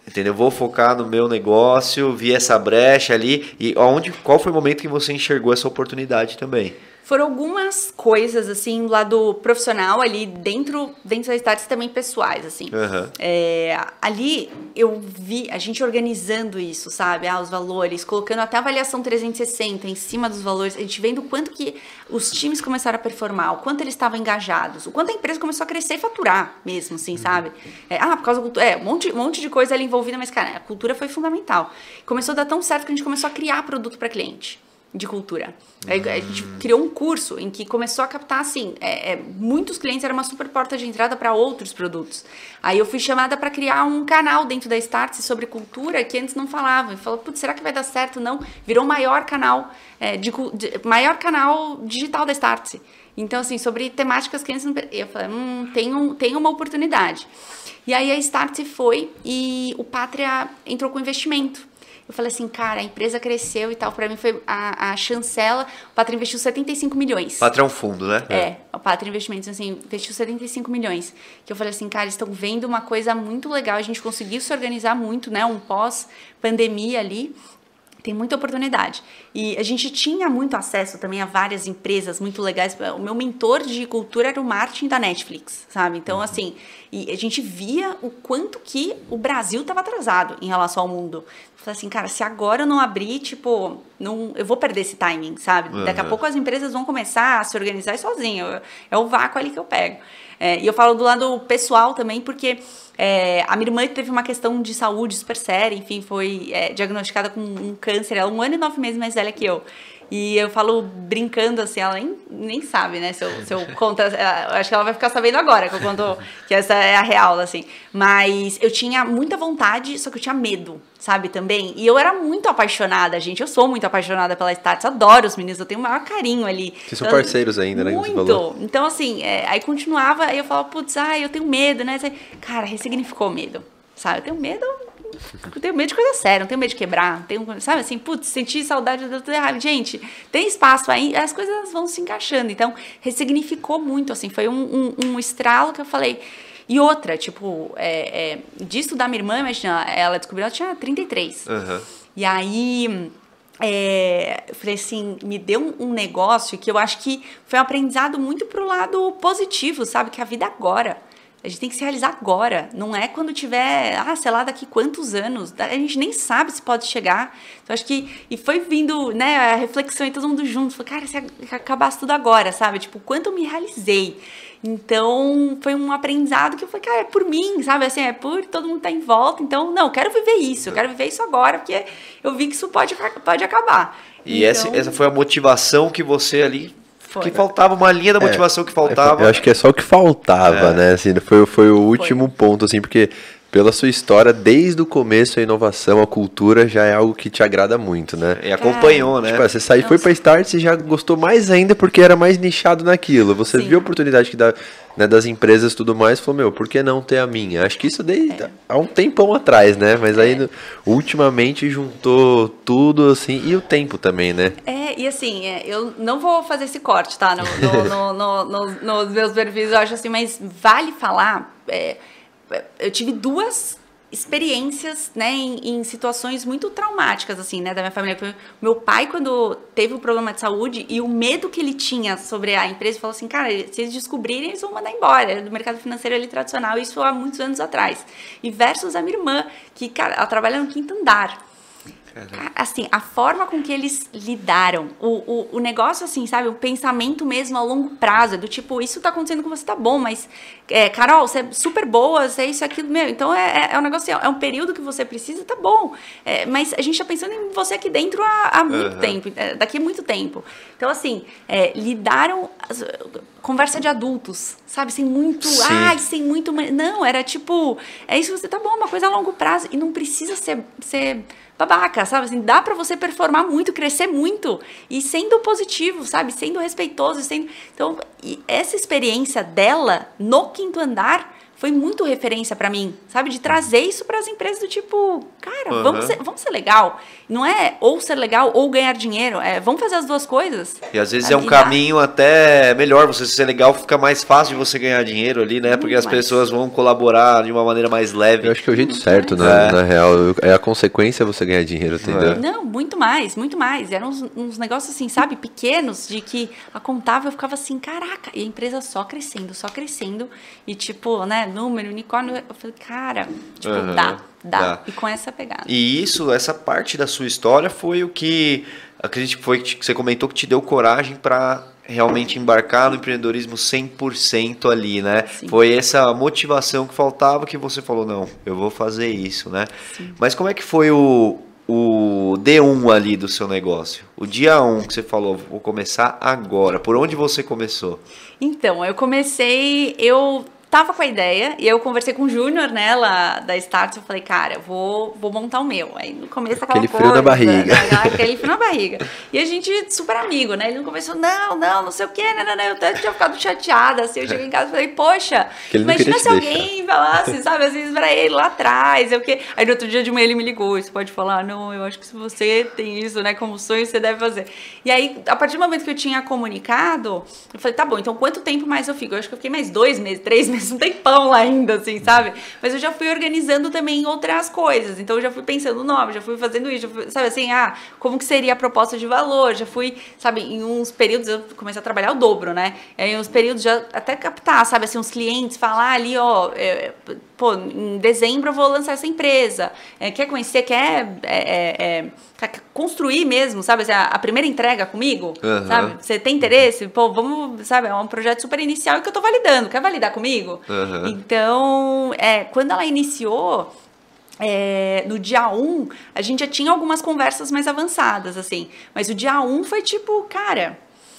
Entendeu? Vou focar no meu negócio, vi essa brecha ali. E onde, qual foi o momento que você enxergou essa oportunidade também? Foram algumas coisas, assim, do lado profissional ali, dentro, dentro da Startse também pessoais, assim. Uhum. É, ali eu vi a gente organizando isso, sabe? Ah, os valores, colocando até a avaliação trezentos e sessenta em cima dos valores, a gente vendo o quanto que os times começaram a performar, o quanto eles estavam engajados, o quanto a empresa começou a crescer e faturar mesmo, assim, sabe? É, ah, por causa da cultura, é, um monte, um monte de coisa ali envolvida, mas, cara, a cultura foi fundamental. Começou a dar tão certo que a gente começou a criar produto para cliente. De cultura. Uhum. A gente criou um curso em que começou a captar, assim, é, é, muitos clientes, era uma super porta de entrada para outros produtos. Aí eu fui chamada para criar um canal dentro da Startse sobre cultura que antes não falava. Eu falei, putz, será que vai dar certo? Não. Virou o maior canal, é, de, de, maior canal digital da Startse. Então, assim, sobre temáticas que antes não... Eu falei, hum, tem, um, tem uma oportunidade. E aí a Startse foi e o Pátria entrou com investimento. Eu falei assim, cara, a empresa cresceu e tal. Pra mim foi a, a chancela. O Pátria investiu setenta e cinco milhões. Pátria é um fundo, né? É, o Pátria Investimentos, assim, investiu setenta e cinco milhões. Que eu falei assim, cara, eles estão vendo uma coisa muito legal. A gente conseguiu se organizar muito, né? Um pós-pandemia ali. Tem muita oportunidade. E a gente tinha muito acesso também a várias empresas muito legais. O meu mentor de cultura era o Martin da Netflix, sabe? Então, uhum. assim, e a gente via o quanto que o Brasil estava atrasado em relação ao mundo. Eu falei assim, cara, se agora eu não abrir, tipo, não, eu vou perder esse timing, sabe? Uhum. Daqui a pouco as empresas vão começar a se organizar sozinho. É o vácuo ali que eu pego. É, e eu falo do lado pessoal também, porque é, a minha irmã teve uma questão de saúde super séria, enfim, foi é, diagnosticada com um câncer, ela é um ano e nove meses mais velha que eu. E eu falo brincando assim, ela nem, nem sabe, né, se eu, se eu conto, eu acho que ela vai ficar sabendo agora que eu conto que essa é a real, assim. Mas eu tinha muita vontade, só que eu tinha medo, sabe, também. E eu era muito apaixonada, gente, eu sou muito apaixonada pela Startse, adoro os meninos, eu tenho o maior carinho ali. Vocês são parceiros ainda, né? Muito. Então, assim, é, aí continuava, aí eu falava, putz, ah, eu tenho medo, né? Cara, ressignificou o medo, sabe? Eu tenho medo... Eu tenho medo de coisa séria, não tenho medo de quebrar, tenho, sabe assim, putz, sentir saudade da tudo errado. Gente, tem espaço aí, as coisas vão se encaixando. Então, ressignificou muito, assim, foi um, um, um estralo que eu falei. E outra, tipo, é, é, disso da minha irmã, imagina, ela descobriu, ela tinha trinta e três. Uhum. E aí... É, eu falei assim, me deu um, um negócio que eu acho que foi um aprendizado muito pro lado positivo, sabe? Que a vida é agora. A gente tem que se realizar agora, não é quando tiver, ah, sei lá, daqui quantos anos, a gente nem sabe se pode chegar. Então, acho que, e foi vindo, né, a reflexão e todo mundo junto, falei, cara, se acabasse tudo agora, sabe, tipo, quanto eu me realizei. Então, foi um aprendizado que eu falei, cara, é por mim, sabe, assim, é por todo mundo tá em volta, então, não, eu quero viver isso, eu quero viver isso agora, porque eu vi que isso pode, pode acabar. E então, essa, essa foi a motivação que você ali... Foi. Que faltava uma linha da motivação é, que faltava. Eu acho que é só o que faltava, é. né? Assim, foi, foi o último foi. ponto, assim, porque pela sua história, desde o começo, a inovação, a cultura já é algo que te agrada muito, né? E acompanhou, né? Tipo, você saiu, foi pra Startse e já gostou mais ainda porque era mais nichado naquilo. Você Sim. viu a oportunidade que dá, né, das empresas e tudo mais, falou, meu, por que não ter a minha? Acho que isso desde é. há um tempão atrás, né? Mas é. aí, ultimamente, juntou tudo, assim, e o tempo também, né? É, e assim, é, eu não vou fazer esse corte, tá? No, no, no, no, no, nos meus perfis, eu acho assim, mas vale falar... É, eu tive duas experiências, né, em, em situações muito traumáticas, assim, né, da minha família. Meu pai, quando teve um problema de saúde e o medo que ele tinha sobre a empresa, falou assim, cara, se eles descobrirem, eles vão mandar embora do mercado financeiro ali tradicional, isso há muitos anos atrás. E versus a minha irmã, que, cara, ela trabalha no quinto andar. Assim, a forma com que eles lidaram, o, o, o negócio assim, sabe, o pensamento mesmo a longo prazo, do tipo, isso tá acontecendo com você, tá bom, mas, é, Carol, você é super boa, você é isso, aquilo, meu, então é, é um negócio assim, é um período que você precisa, tá bom, é, mas a gente tá pensando em você aqui dentro há, há muito uhum. tempo, é, daqui a muito tempo. Então, assim, é, lidaram, as, conversa de adultos, sabe, sem muito, Sim. ai, sem muito, não, era tipo, é isso que você, tá bom, uma coisa a longo prazo, e não precisa ser... ser babaca, sabe? Assim, dá pra você performar muito, crescer muito e sendo positivo, sabe? Sendo respeitoso, sendo... Então, e essa experiência dela no quinto andar foi muito referência para mim, sabe? De trazer isso para as empresas do tipo, cara, Uhum. vamos, ser, vamos ser legal. Não é ou ser legal ou ganhar dinheiro, é vamos fazer as duas coisas. E às vezes sabe? é um E dá. caminho até melhor, você ser legal, fica mais fácil de você ganhar dinheiro ali, né? Porque as mais. pessoas vão colaborar de uma maneira mais leve. Eu acho que é o jeito certo, né? É. Na real, é a consequência você ganhar dinheiro, entendeu? Não, muito mais, muito mais. Eram uns, uns negócios assim, sabe, pequenos, de que a contável ficava assim, caraca, e a empresa só crescendo, só crescendo, e tipo, né, número, unicórnio, eu falei, cara, tipo, Uhum, dá, dá, dá. e com essa pegada. E isso, essa parte da sua história foi o que, acredito que foi que você comentou que te deu coragem para realmente embarcar no empreendedorismo cem por cento ali, né? Sim. Foi essa motivação que faltava que você falou, não, eu vou fazer isso, né? Sim. Mas como é que foi o, o D um ali do seu negócio? O dia um que você falou, vou começar agora. Por onde você começou? Então, eu comecei, eu tava com a ideia, e eu conversei com o Júnior, né, lá da Starts, eu falei, cara, eu vou, vou montar o meu. Aí no começo aquela Aquele frio coisa, na barriga. né, aquele frio na barriga. E a gente super amigo, né, ele no começo, não, não, não sei o que, não, não, não, eu até tinha ficado chateada, assim, eu cheguei em casa e falei, poxa, Que ele não imagina queria se te alguém falasse, sabe, assim, pra ele lá atrás, eu que... Aí no outro dia de manhã ele me ligou, você pode falar, não, eu acho que se você tem isso, né, como sonho, você deve fazer. E aí, a partir do momento que eu tinha comunicado, eu falei, tá bom, então quanto tempo mais eu fico? Eu acho que eu fiquei mais dois meses, três meses, um tempão lá ainda, assim, sabe? Mas eu já fui organizando também outras coisas, então eu já fui pensando no nome, já fui fazendo isso, já fui, sabe, assim, ah, como que seria a proposta de valor, já fui, sabe, em uns períodos eu comecei a trabalhar o dobro, né? Em uns períodos já até captar, sabe, assim, uns clientes, falar ali, ó, é, pô, em dezembro eu vou lançar essa empresa, é, quer conhecer, quer, é, é, é, quer construir mesmo, sabe, assim, a, a primeira entrega comigo, Uhum. sabe, você tem interesse? Pô, vamos, sabe, é um projeto super inicial que eu tô validando, quer validar comigo? Uhum. Então, é, quando ela iniciou, é, no dia um, a gente já tinha algumas conversas mais avançadas, assim, mas o dia um foi tipo, cara...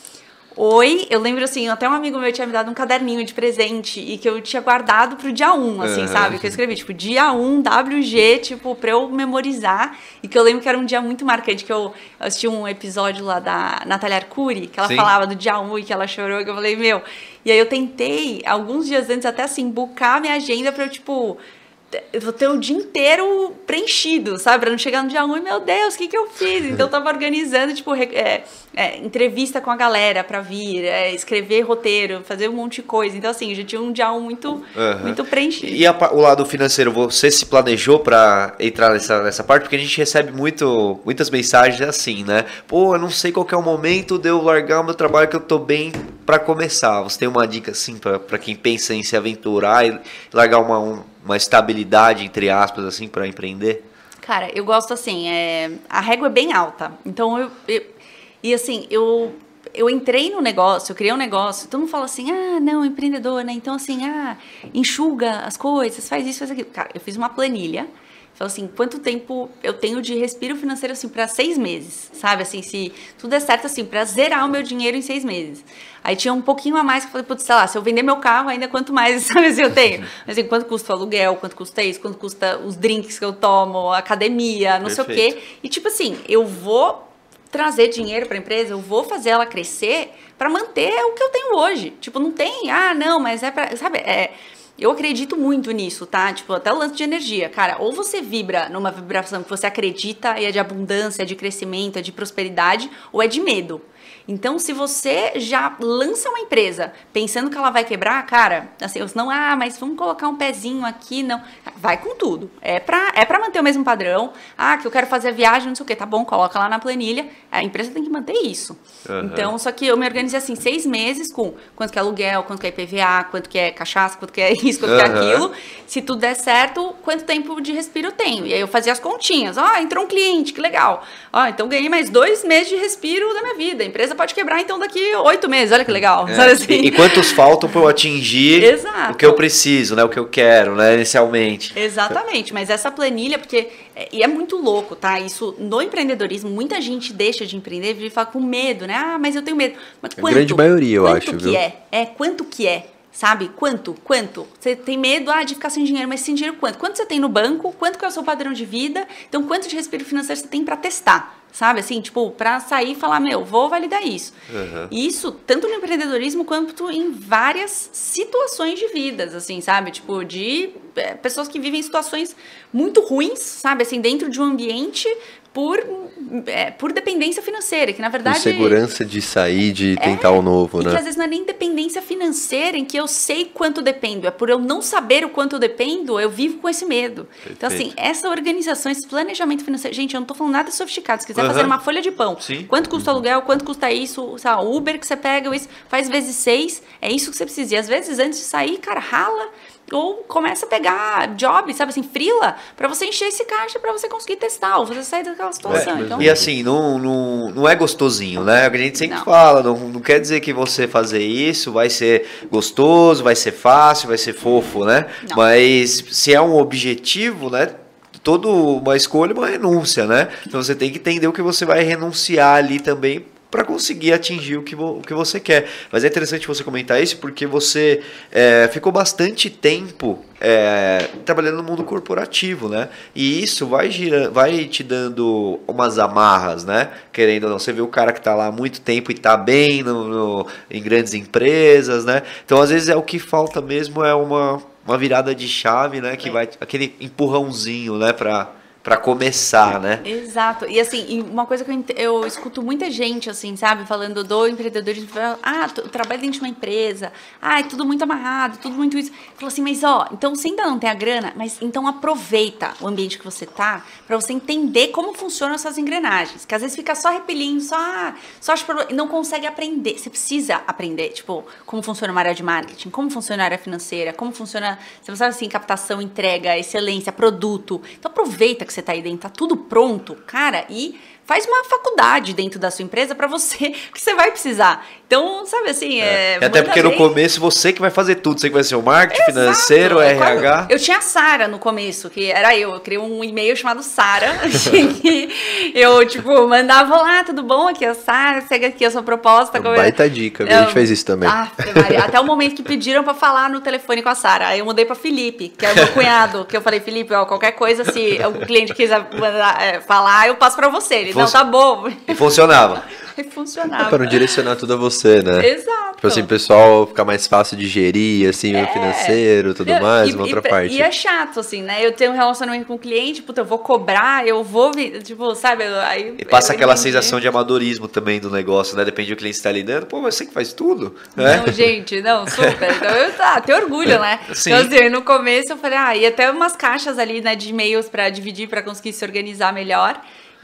Oi, eu lembro assim, até um amigo meu tinha me dado um caderninho de presente e que eu tinha guardado pro dia um, assim, Uhum. sabe? Que eu escrevi, tipo, dia um, W G, tipo, pra eu memorizar. E que eu lembro que era um dia muito marcante, que eu assisti um episódio lá da Natália Arcuri, que ela Sim. falava do dia um e que ela chorou, e que eu falei, meu... E aí eu tentei, alguns dias antes, até assim, bucar a minha agenda pra eu, tipo... Eu vou ter o dia inteiro preenchido, sabe? Pra não chegar no dia um e, meu Deus, o que que eu fiz? Então, eu tava organizando, tipo, é, é, entrevista com a galera pra vir, é, escrever roteiro, fazer um monte de coisa. Então, assim, já tinha um dia um muito, Uhum. muito preenchido. E a pa- o lado financeiro, você se planejou para entrar nessa, nessa parte? Porque a gente recebe muito, muitas mensagens assim, né? Pô, eu não sei qual que é o momento de eu largar o meu trabalho que eu tô bem para começar. Você tem uma dica assim para quem pensa em se aventurar e largar uma, um, uma estabilidade, entre aspas, assim, para empreender? Cara, eu gosto assim, é, a régua é bem alta. Então, eu, eu e assim, eu, eu entrei no negócio, eu criei um negócio, todo mundo fala assim, ah, não, empreendedor, né? Então, assim, ah, enxuga as coisas, faz isso, faz aquilo. Cara, eu fiz uma planilha, falei assim, quanto tempo eu tenho de respiro financeiro, assim, para seis meses, sabe? Assim, se tudo der certo, assim, para zerar o meu dinheiro em seis meses. Aí tinha um pouquinho a mais que eu falei, putz, sei lá, se eu vender meu carro, ainda quanto mais, sabe, assim, eu tenho. Mas, assim, quanto custa o aluguel, quanto custa isso, quanto custa os drinks que eu tomo, a academia, não sei o Perfeito. quê. E, tipo assim, eu vou trazer dinheiro para a empresa, eu vou fazer ela crescer para manter o que eu tenho hoje. Tipo, não tem, ah, não, mas é para, sabe, é... Eu acredito muito nisso, tá? Tipo, até o lance de energia. Cara, ou você vibra numa vibração que você acredita e é de abundância, é de crescimento, é de prosperidade, ou é de medo. Então, se você já lança uma empresa pensando que ela vai quebrar, cara, assim, não, ah, mas vamos colocar um pezinho aqui, não. Vai com tudo. É pra, é pra manter o mesmo padrão. Ah, que eu quero fazer a viagem, não sei o quê. Tá bom, coloca lá na planilha. A empresa tem que manter isso. Uhum. Então, só que eu me organizei assim, seis meses com quanto que é aluguel, quanto que é I P V A, quanto que é cachaça, quanto que é isso, quanto Uhum. que é aquilo. Se tudo der certo, quanto tempo de respiro eu tenho? E aí eu fazia as continhas. Ó, entrou um cliente, que legal. Ó, então ganhei mais dois meses de respiro da minha vida. A empresa pode quebrar, então, daqui oito meses. Olha que legal. É, Sabe assim? e, e quantos faltam para eu atingir Exato. o que eu preciso, né? O que eu quero, né? Inicialmente. Exatamente, mas essa planilha, porque, é, e é muito louco, tá? Isso, no empreendedorismo, muita gente deixa de empreender e fala com medo, né? Ah, mas eu tenho medo. Mas quanto? grande maioria, eu quanto acho, que viu? é? É, quanto que é? Sabe? Quanto? Quanto? Você tem medo ah, de ficar sem dinheiro, mas sem dinheiro quanto? Quanto você tem no banco? Quanto que é o seu padrão de vida? Então, quanto de respiro financeiro você tem para testar? sabe? Assim, tipo, pra sair e falar, meu, vou validar isso. Uhum. Isso, tanto no empreendedorismo quanto em várias situações de vidas, assim, sabe? Tipo, de é, pessoas que vivem situações muito ruins, sabe? Assim, dentro de um ambiente por, é, por dependência financeira, que na verdade... Por segurança de sair, de tentar é, o novo, e né? que às vezes não é nem dependência financeira em que eu sei quanto dependo, é por eu não saber o quanto eu dependo, eu vivo com esse medo. Perfeito. Então assim, essa organização, esse planejamento financeiro, gente, eu não tô falando nada sofisticado, se quiser Uhum. fazer uma folha de pão, Sim. quanto custa o aluguel, quanto custa isso, sei lá, o Uber que você pega, isso, faz vezes seis, é isso que você precisa. E às vezes antes de sair, cara, rala, ou começa a pegar job, sabe assim, frila, pra você encher esse caixa, pra você conseguir testar, ou você sair daquela situação. É, então, e assim, não, não, não é gostosinho, né? A gente sempre Não. fala, não, não quer dizer que você fazer isso vai ser gostoso, vai ser fácil, vai ser fofo, né? Não. Mas se é um objetivo, né? Toda uma escolha é uma renúncia, né? Então você tem que entender o que você vai renunciar ali também para conseguir atingir o que, vo, o que você quer. Mas é interessante você comentar isso porque você é, ficou bastante tempo é, trabalhando no mundo corporativo, né? E isso vai, gira, vai te dando umas amarras, né? Querendo ou não. Você vê o cara que está lá há muito tempo e está bem no, no, em grandes empresas, né? Então, às vezes, é o que falta mesmo é uma, uma virada de chave, né? Que vai, aquele empurrãozinho, né? Para... Pra começar, né? Exato. E assim, e uma coisa que eu, eu escuto muita gente, assim, sabe? Falando do empreendedorismo. Ah, eu trabalho dentro de uma empresa. Ah, é tudo muito amarrado, tudo muito isso. Falou assim, mas ó, então você ainda não tem a grana, mas então aproveita o ambiente que você tá pra você entender como funcionam essas engrenagens. Que às vezes fica só repelindo, só, ah, só acha problema, e não consegue aprender. Você precisa aprender, tipo, como funciona uma área de marketing, como funciona a área financeira, como funciona, você sabe assim, captação, entrega, excelência, produto. Então aproveita que você tá aí dentro, tá tudo pronto, cara, e faz uma faculdade dentro da sua empresa pra você, que você vai precisar. Então, sabe assim, é... é até porque bem. no começo você que vai fazer tudo, você que vai ser o marketing, Exato. financeiro, É, R H. Eu tinha a Sara no começo, que era eu, eu criei um e-mail chamado Sara, que eu, tipo, mandava lá, tudo bom, aqui é a Sara, segue aqui a sua proposta. Como... Baita dica, a gente fez isso também. Ah, Maria, até o momento que pediram pra falar no telefone com a Sara, aí eu mudei pra Felipe, que é o meu cunhado, que eu falei, Felipe, ó, qualquer coisa, se o cliente quiser mandar, é, falar, eu passo pra você. Ele, não, tá bom. E funcionava. E funcionava. Para não direcionar tudo a você, né? Exato. Tipo assim, o pessoal ficar mais fácil de gerir, assim, É. o financeiro, tudo mais, e, uma outra e, parte. E é chato, assim, né? Eu tenho um relacionamento com o cliente, puta, eu vou cobrar, eu vou, tipo, sabe? Aí, E passa eu aquela entendi. sensação de amadorismo também do negócio, né? Depende do cliente estar lidando. Pô, mas você que faz tudo, né? Não, gente, não, super. Então eu tá, tenho orgulho, né? Sim. Então, assim, no começo eu falei, ah, e até umas caixas ali, né, de e-mails pra dividir, pra conseguir se organizar melhor.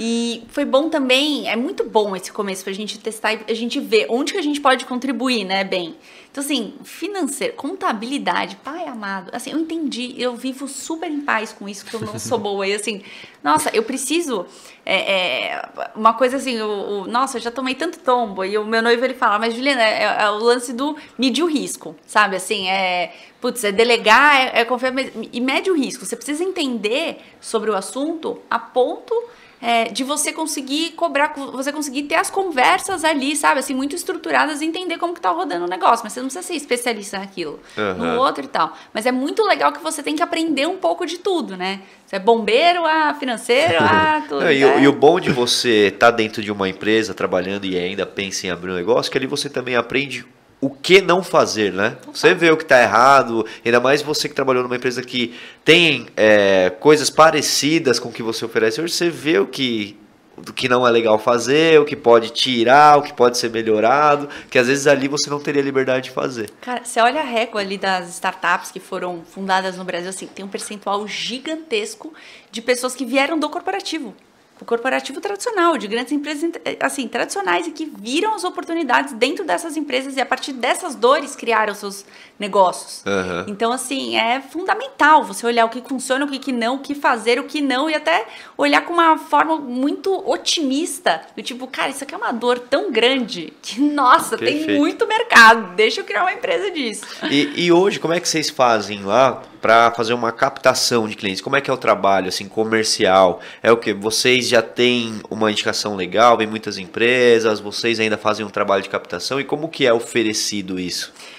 E foi bom também, é muito bom esse começo pra gente testar e a gente ver onde que a gente pode contribuir, né, bem. Então, assim, financeiro, contabilidade, pai amado, assim, eu entendi, eu vivo super em paz com isso, porque eu não sou boa. E assim, nossa, eu preciso, é, é, uma coisa assim, o, o, nossa, eu já tomei tanto tombo, e o meu noivo, ele fala, mas Juliana, é, é o lance do medir o risco, sabe, assim, é, putz, é delegar, é, é confiar, e mede o risco, você precisa entender sobre o assunto a ponto... É, de você conseguir cobrar, você conseguir ter as conversas ali, sabe, assim, muito estruturadas e entender como que tá rodando o negócio, mas você não precisa ser especialista naquilo, Uhum. no outro e tal, mas é muito legal que você tem que aprender um pouco de tudo, né, você é bombeiro, a financeiro, a tudo. Não, e, é. o, e o bom de você estar dentro de uma empresa trabalhando e ainda pensa em abrir um negócio, que ali você também aprende o que não fazer, né? Você vê o que está errado, ainda mais você que trabalhou numa empresa que tem é, coisas parecidas com o que você oferece hoje, você vê o que, o que não é legal fazer, o que pode tirar, o que pode ser melhorado, que às vezes ali você não teria liberdade de fazer. Cara, você olha a régua ali das startups que foram fundadas no Brasil, assim, tem um percentual gigantesco de pessoas que vieram do corporativo. O corporativo tradicional, de grandes empresas assim, tradicionais e que viram as oportunidades dentro dessas empresas e a partir dessas dores criaram seus negócios. Uhum. Então, assim, é fundamental você olhar o que funciona, o que não, o que fazer, o que não e até olhar com uma forma muito otimista, do tipo, cara, isso aqui é uma dor tão grande que, nossa, Perfeito. Tem muito mercado, deixa eu criar uma empresa disso. E, e hoje, como é que vocês fazem lá para fazer uma captação de clientes? Como é que é o trabalho, assim, comercial? É o que? Vocês já têm uma indicação legal, vem muitas empresas, vocês ainda fazem um trabalho de captação, e como que é oferecido isso?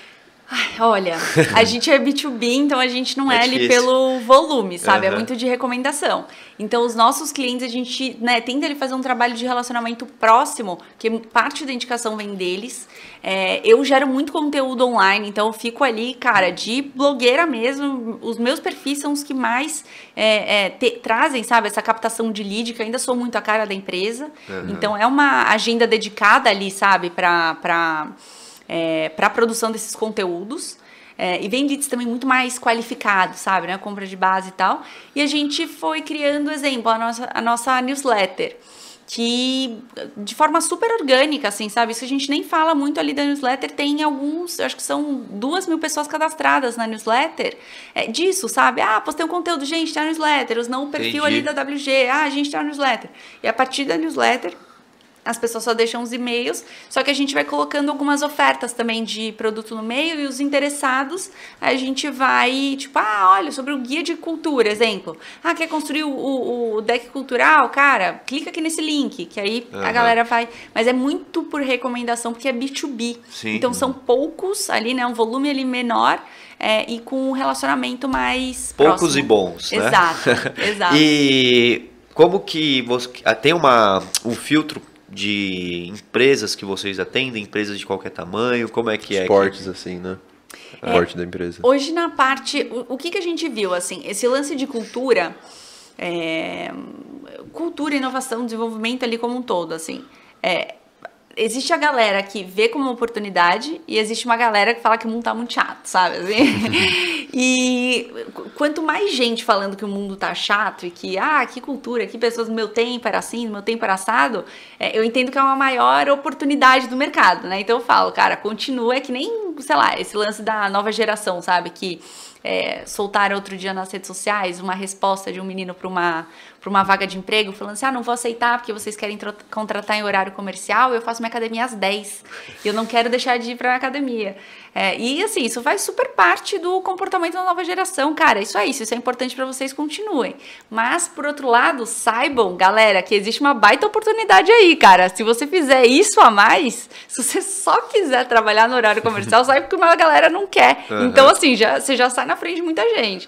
Ai, olha, a gente é B dois B, então a gente não é, é ali pelo volume, sabe? Uhum. É muito de recomendação. Então, os nossos clientes, a gente, né, tenta ele fazer um trabalho de relacionamento próximo, que parte da indicação vem deles. É, eu gero muito conteúdo online, então eu fico ali, cara, de blogueira mesmo. Os meus perfis são os que mais é, é, te, trazem, sabe, essa captação de lead, que eu ainda sou muito a cara da empresa. Uhum. Então, é uma agenda dedicada ali, sabe, para... pra É, para a produção desses conteúdos. É, e vem leads também muito mais qualificados, sabe? Né? Compra de base e tal. E a gente foi criando, exemplo, a nossa, a nossa newsletter, que de forma super orgânica, assim, sabe? Isso a gente nem fala muito ali da newsletter. Tem alguns, acho que são duas mil pessoas cadastradas na newsletter. É, disso, sabe? Ah, postei um conteúdo, gente, tem a newsletter. Usando o perfil Entendi. ali da W G. Ah, a gente tem a newsletter. E a partir da newsletter, as pessoas só deixam os e-mails, só que a gente vai colocando algumas ofertas também de produto no meio e os interessados, a gente vai, tipo, ah, olha, sobre o guia de cultura, exemplo. Ah, quer construir o, o, o deck cultural? Cara, clica aqui nesse link, que aí uhum. a galera vai... Mas é muito por recomendação, porque é B dois B. Sim. Então, são poucos ali, né? Um volume ali menor é, e com um relacionamento mais Poucos próximo. e bons, né? Exato, exato. E como que você... Tem uma, um filtro de empresas que vocês atendem, empresas de qualquer tamanho, como é que é? Esportes, assim, né? É, Porte da empresa. Hoje, na parte... O, o que, que a gente viu, assim? Esse lance de cultura... É, cultura, inovação, desenvolvimento ali como um todo, assim. É, existe a galera que vê como uma oportunidade e existe uma galera que fala que o mundo tá muito chato, sabe? Assim? E quanto mais gente falando que o mundo tá chato e que, ah, que cultura, que pessoas no meu tempo era assim, no meu tempo era assado, é, eu entendo que é uma maior oportunidade do mercado, né? Então eu falo, cara, continua, é que nem, sei lá, esse lance da nova geração, sabe? Que é, soltaram outro dia nas redes sociais uma resposta de um menino para uma, para uma vaga de emprego, falando assim, ah, não vou aceitar porque vocês querem contratar em horário comercial, eu faço minha academia às dez, e eu não quero deixar de ir para a academia. É, e assim, isso faz super parte do comportamento da nova geração, cara, isso é isso, isso é importante para vocês, continuem. Mas, por outro lado, saibam, galera, que existe uma baita oportunidade aí, cara, se você fizer isso a mais, se você só quiser trabalhar no horário comercial, saiba que uma galera não quer. Uhum. Então, assim, já, você já sai na frente de muita gente.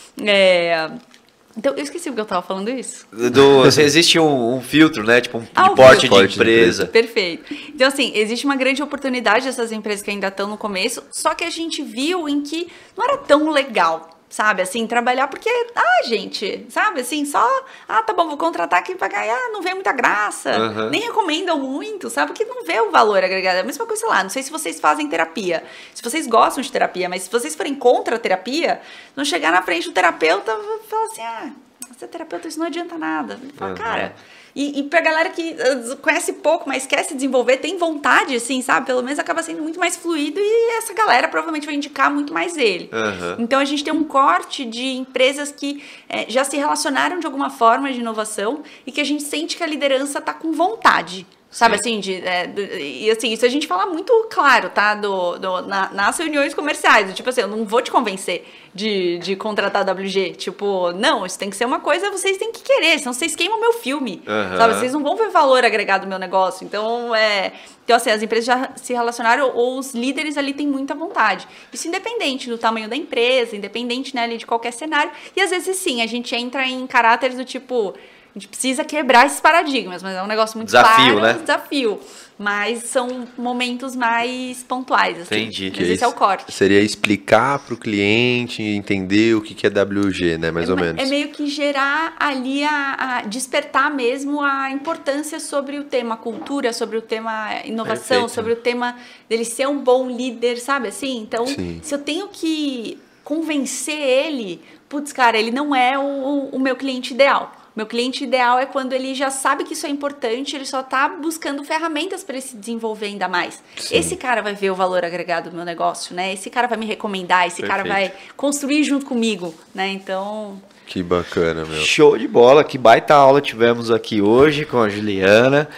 É... Então, eu esqueci porque eu tava falando isso. Do, assim, existe um, um filtro, né? Tipo, um ah, de porte de, de empresa. Perfeito. Então, assim, existe uma grande oportunidade dessas empresas que ainda estão no começo, só que a gente viu em que não era tão legal, sabe? Assim, trabalhar porque, ah, gente, sabe? Assim, só, ah, tá bom, vou contratar aqui pra ganhar, ah, não vê muita graça. Uhum. Nem recomendam muito, sabe? Porque não vê o valor agregado. É a mesma coisa, sei lá, não sei se vocês fazem terapia, se vocês gostam de terapia, mas se vocês forem contra a terapia, não chegar na frente do terapeuta e falar assim, ah, você é terapeuta, isso não adianta nada. Fala, uhum. cara... E, e pra galera que uh, conhece pouco, mas quer se desenvolver, tem vontade, assim, sabe? Pelo menos acaba sendo muito mais fluido e essa galera provavelmente vai indicar muito mais ele. Uhum. Então, a gente tem um corte de empresas que é, já se relacionaram de alguma forma de inovação e que a gente sente que a liderança tá com vontade. Sabe, Sim. assim, de, é, do, e assim, isso a gente fala muito claro, tá, do, do, na, nas reuniões comerciais, do, tipo assim, eu não vou te convencer de, de contratar a W G, tipo, não, isso tem que ser uma coisa, vocês têm que querer, senão vocês queimam meu filme, uhum. sabe, vocês não vão ver valor agregado no meu negócio, então, é, então assim, as empresas já se relacionaram, ou os líderes ali têm muita vontade, isso independente do tamanho da empresa, independente, né, ali de qualquer cenário, e às vezes sim, a gente entra em caráteres do tipo... A gente precisa quebrar esses paradigmas, mas é um negócio muito desafio, claro, né? desafio. Mas são momentos mais pontuais, assim. Entendi. Mas esse é o corte. Seria explicar para o cliente, entender o que é W G, né? Mais é, ou menos. É meio que gerar ali, a, a despertar mesmo a importância sobre o tema cultura, sobre o tema inovação, Perfeito. sobre o tema dele ser um bom líder, sabe assim? Então, Sim. se eu tenho que convencer ele, putz, cara, ele não é o, o meu cliente ideal. Meu cliente ideal é quando ele já sabe que isso é importante, ele só está buscando ferramentas para ele se desenvolver ainda mais. Sim. Esse cara vai ver o valor agregado do meu negócio, né? Esse cara vai me recomendar, esse Perfeito. cara vai construir junto comigo, né? Então... Que bacana, meu. Show de bola, que baita aula tivemos aqui hoje com a Juliana.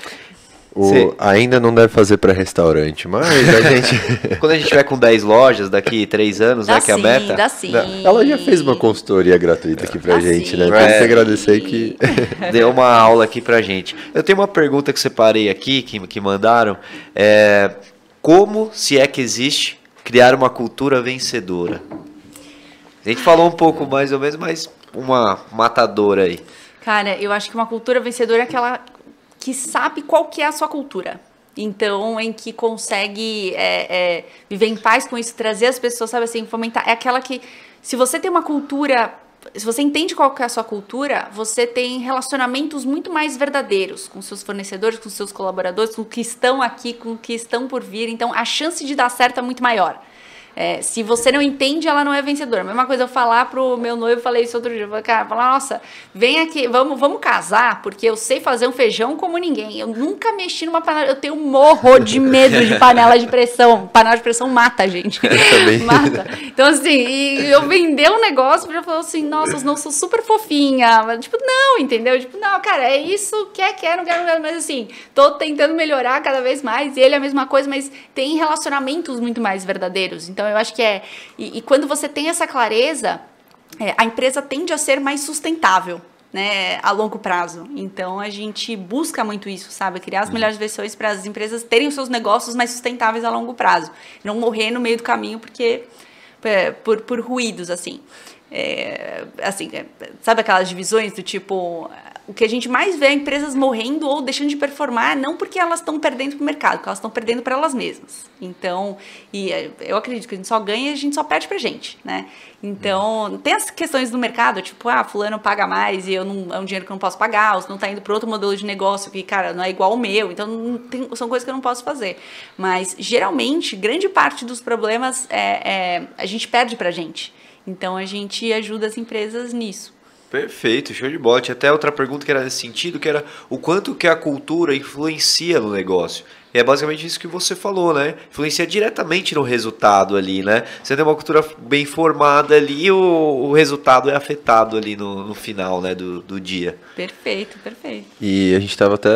O, ainda não deve fazer para restaurante, mas a gente... Quando a gente tiver com dez lojas daqui três anos, dá né, sim, que é a meta. Dá sim. Ela já fez uma consultoria gratuita aqui pra dá gente, sim. né? Tem que agradecer que... Deu uma aula aqui pra gente. Eu tenho uma pergunta que separei aqui, que, que mandaram. É, como, se é que existe, criar uma cultura vencedora. A gente falou um pouco mais ou menos, mas uma matadora aí. Cara, eu acho que uma cultura vencedora é aquela que sabe qual que é a sua cultura. Então, em que consegue é, é, viver em paz com isso, trazer as pessoas, sabe assim, fomentar. É aquela que, se você tem uma cultura, se você entende qual que é a sua cultura, você tem relacionamentos muito mais verdadeiros com seus fornecedores, com seus colaboradores, com os que estão aqui, com os que estão por vir. Então, a chance de dar certo é muito maior. É, se você não entende, ela não é vencedora. A mesma coisa eu falar pro meu noivo, falei isso outro dia, eu falei, cara, falar, nossa, vem aqui, vamos, vamos casar, porque eu sei fazer um feijão como ninguém. Eu nunca mexi numa panela, eu tenho um morro de medo de panela de pressão. Panela de pressão mata, gente. Mata. Então, assim, e eu vender um negócio, já falou assim, nossa, não sou super fofinha. Mas, tipo, não, entendeu? Tipo, não, cara, é isso, quer, quer, não quer, não quer, mas assim, tô tentando melhorar cada vez mais, e ele é a mesma coisa, mas tem relacionamentos muito mais verdadeiros. Então, eu acho que é... E, e quando você tem essa clareza, é, a empresa tende a ser mais sustentável, né, a longo prazo. Então, a gente busca muito isso, sabe? Criar as melhores versões para as empresas terem os seus negócios mais sustentáveis a longo prazo. Não morrer no meio do caminho porque, é, por, por ruídos, assim. É, assim, é, sabe aquelas divisões do tipo... O que a gente mais vê é empresas morrendo ou deixando de performar, não porque elas estão perdendo para o mercado, porque elas estão perdendo para elas mesmas. Então, e eu acredito que a gente só ganha e a gente só perde para a gente, né? Então, tem as questões do mercado, tipo, ah, fulano paga mais e eu não, é um dinheiro que eu não posso pagar, ou se não está indo para outro modelo de negócio que, cara, não é igual ao meu, então não tem, são coisas que eu não posso fazer. Mas, geralmente, grande parte dos problemas é, é, a gente perde para a gente. Então, a gente ajuda as empresas nisso. Perfeito, show de bola. Tinha até outra pergunta que era nesse sentido, que era o quanto que a cultura influencia no negócio. E é basicamente isso que você falou, né? Influencia diretamente no resultado ali, né? Você tem uma cultura bem formada ali, o, o resultado é afetado ali no, no final, né, do, do dia. Perfeito, perfeito. E a gente estava até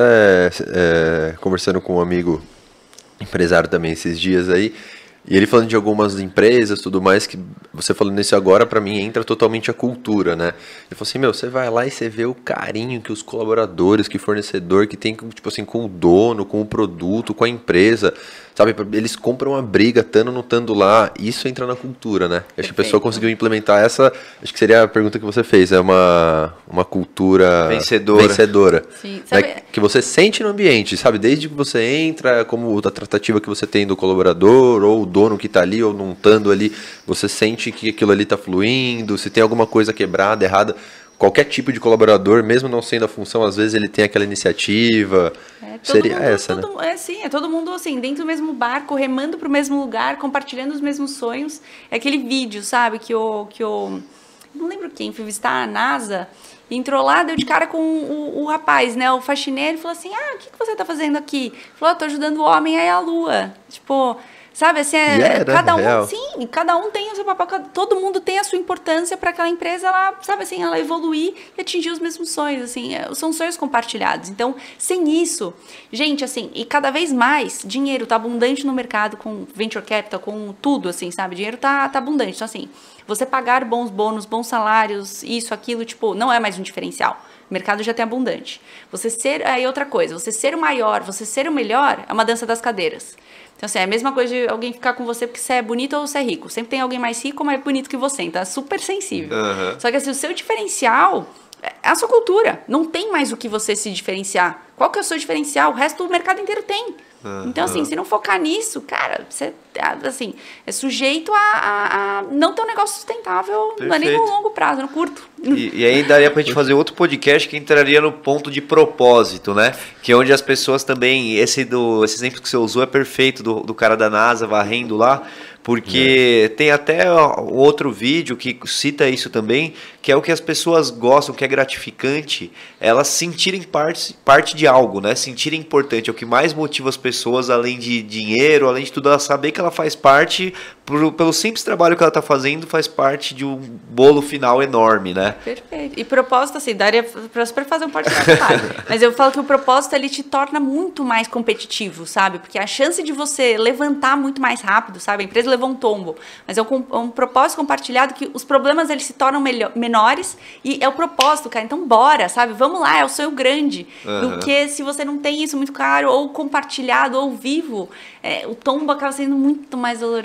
é, conversando com um amigo empresário também esses dias aí, e ele falando de algumas empresas, tudo mais, que você falando isso agora, pra mim, entra totalmente a cultura, né? Ele falou assim, meu, você vai lá e você vê o carinho que os colaboradores, que o fornecedor, que tem, tipo assim, com o dono, com o produto, com a empresa, sabe? Eles compram a briga, estando ou não estando lá, isso entra na cultura, né? Acho que a pessoa conseguiu implementar essa, acho que seria a pergunta que você fez, é uma, uma cultura vencedora. vencedora Sim, né? sabe... Que você sente no ambiente, sabe? Desde que você entra, como a tratativa que você tem do colaborador, ou o dono que está ali, ou não estando ali, você sente que aquilo ali está fluindo, se tem alguma coisa quebrada, errada. Qualquer tipo de colaborador, mesmo não sendo a função, às vezes ele tem aquela iniciativa. É, seria mundo, essa, todo, né? É, sim, é todo mundo assim, dentro do mesmo barco, remando para o mesmo lugar, compartilhando os mesmos sonhos. É aquele vídeo, sabe, que o... Que o não lembro quem, foi visitar a NASA, entrou lá, deu de cara com o, o, o rapaz, né, o faxineiro, e falou assim, ah, o que, que você tá fazendo aqui? Ele falou, eu tô ajudando o homem a ir à Lua. Tipo... Sabe, assim, é, yeah, cada um, real. sim, cada um tem o seu papel, todo mundo tem a sua importância para aquela empresa, ela, sabe, assim, ela evoluir e atingir os mesmos sonhos, assim, é, são sonhos compartilhados. Então, sem isso, gente, assim, e cada vez mais, dinheiro tá abundante no mercado com venture capital, com tudo, assim, sabe, dinheiro tá, tá abundante. Então, assim, você pagar bons bônus, bons salários, isso, aquilo, tipo, não é mais um diferencial. O mercado já tem abundante. Você ser, aí outra coisa, você ser o maior, você ser o melhor, é uma dança das cadeiras. Então, assim, é a mesma coisa de alguém ficar com você porque você é bonito ou você é rico. Sempre tem alguém mais rico ou mais bonito que você. Então, é super sensível. Uhum. Só que, assim, o seu diferencial é a sua cultura. Não tem mais o que você se diferenciar. Qual que é o seu diferencial? O resto do mercado inteiro tem. Uhum. Então, assim, se não focar nisso, cara, você, assim, é sujeito a, a, a não ter um negócio sustentável, Perfeito. Não é nem no longo prazo, no curto. E, e aí daria pra gente fazer outro podcast que entraria no ponto de propósito, né? Que é onde as pessoas também, esse, do, esse exemplo que você usou é perfeito, do, do cara da NASA varrendo lá, porque é. tem até outro vídeo que cita isso também, que é o que as pessoas gostam, que é gratificante, elas sentirem parte, parte de algo, né? Sentirem importante, é o que mais motiva as pessoas, além de dinheiro, além de tudo, ela saber que ela faz parte, por, pelo simples trabalho que ela está fazendo, faz parte de um bolo final enorme, né? Perfeito. E propósito, assim, daria para super fazer um podcast, claro. Mas eu falo que o propósito, ele te torna muito mais competitivo, sabe? Porque a chance de você levantar muito mais rápido, sabe? A empresa levou um tombo, mas é um, um propósito compartilhado que os problemas, eles se tornam melhor, menores e é o propósito, cara. Então, bora, sabe? Vamos lá, é o sonho grande. Uhum. Do que se você não tem isso muito claro, ou compartilhado, ou vivo, é, o tombo acaba sendo muito mais doloroso. E às vezes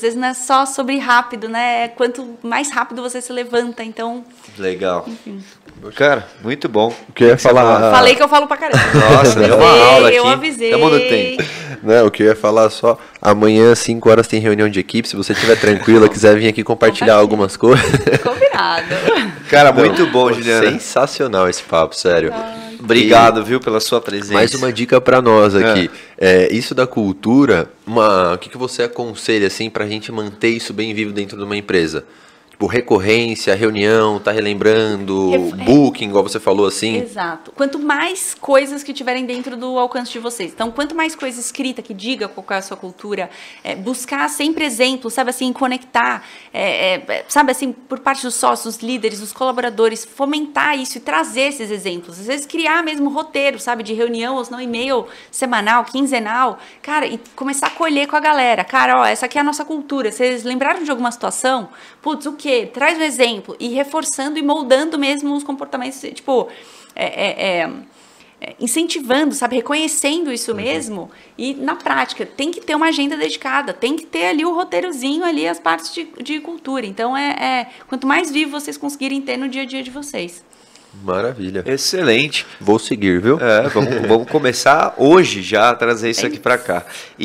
vezes não é só sobre rápido, né? É quanto mais rápido você se levanta, então... Legal. Enfim. Cara, muito bom. O que eu ia falar... Falei que eu falo pra caramba. Nossa, deu uma aula aqui. Eu avisei. Tamo no tempo. Não, o que eu ia falar só, amanhã às cinco horas tem reunião de equipe, se você estiver tranquila, quiser vir aqui compartilhar algumas coisas. Combinado. Cara, muito Não, bom, Juliana. Sensacional esse papo, sério. Ah, Obrigado, e viu, pela sua presença. Mais uma dica pra nós aqui. É. É, isso da cultura, uma, o que, que você aconselha assim, pra gente manter isso bem vivo dentro de uma empresa? Tipo, recorrência, reunião, tá relembrando, Ref... booking, igual você falou assim. Exato. Quanto mais coisas que tiverem dentro do alcance de vocês. Então, quanto mais coisa escrita que diga qual é a sua cultura, é, buscar sempre exemplos, sabe assim, conectar, é, é, sabe assim, por parte dos sócios, dos líderes, dos colaboradores, fomentar isso e trazer esses exemplos. Às vezes criar mesmo roteiro, sabe, de reunião, ou não e-mail semanal, quinzenal, cara, e começar a colher com a galera. Cara, ó, essa aqui é a nossa cultura. Vocês lembraram de alguma situação? Putz, o quê? Traz um exemplo e reforçando e moldando mesmo os comportamentos, tipo, é, é, é, é, incentivando, sabe, reconhecendo isso mesmo e na prática tem que ter uma agenda dedicada, tem que ter ali o roteirozinho ali, as partes de, de cultura. Então, é, é quanto mais vivo vocês conseguirem ter no dia a dia de vocês. Maravilha. Excelente. Vou seguir, viu? É, vamos, vamos começar hoje já a trazer isso é aqui isso. para cá.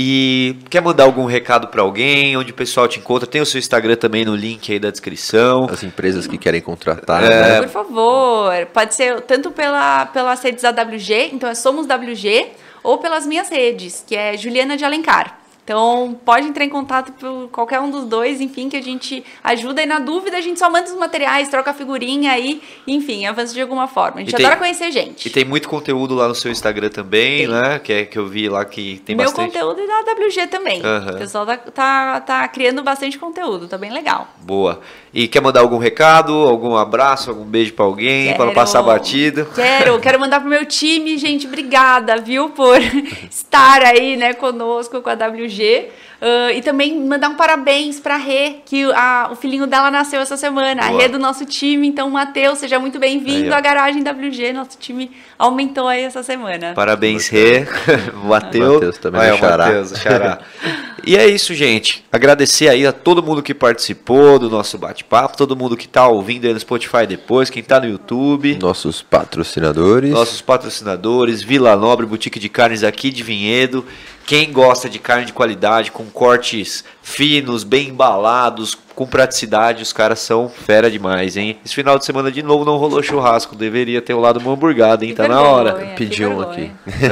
E quer mandar algum recado para alguém? Onde o pessoal te encontra? Tem o seu Instagram também no link aí da descrição. As empresas que querem contratar. É. Né? Por favor, pode ser tanto pela, pelas redes da W G, então é Somos W G, ou pelas minhas redes, que é Juliana de Alencar. Então, pode entrar em contato por qualquer um dos dois, enfim, que a gente ajuda. E na dúvida, a gente só manda os materiais, troca a figurinha aí, enfim, avança de alguma forma. A gente e adora tem, conhecer gente. E tem muito conteúdo lá no seu Instagram também, tem. né? Que, é, que eu vi lá que tem Meu bastante. Meu conteúdo é da W G também. Uhum. O pessoal tá, tá, tá criando bastante conteúdo, tá bem legal. Boa. E quer mandar algum recado, algum abraço, algum beijo pra alguém, para não passar batido? Quero, quero mandar pro meu time, gente, obrigada, viu, por estar aí, né, conosco, com a W G. Uh, e também mandar um parabéns para a Rê, que a, o filhinho dela nasceu essa semana. Boa. A Rê é do nosso time, então, Matheus, seja muito bem-vindo à Garagem W G. Nosso time aumentou aí essa semana. Parabéns, Rê. Matheus. Matheus também é o xará. Matheus, xará. E é isso, gente. Agradecer aí a todo mundo que participou do nosso bate-papo, todo mundo que está ouvindo aí no Spotify depois, quem está no YouTube. Nossos patrocinadores. Nossos patrocinadores, Vila Nobre, Boutique de Carnes aqui de Vinhedo. Quem gosta de carne de qualidade, com cortes finos, bem embalados, com praticidade, os caras são fera demais, hein? Esse final de semana de novo não rolou churrasco, deveria ter rolado uma hamburgada, hein? Que tá vergonha, na hora. Pedi um aqui.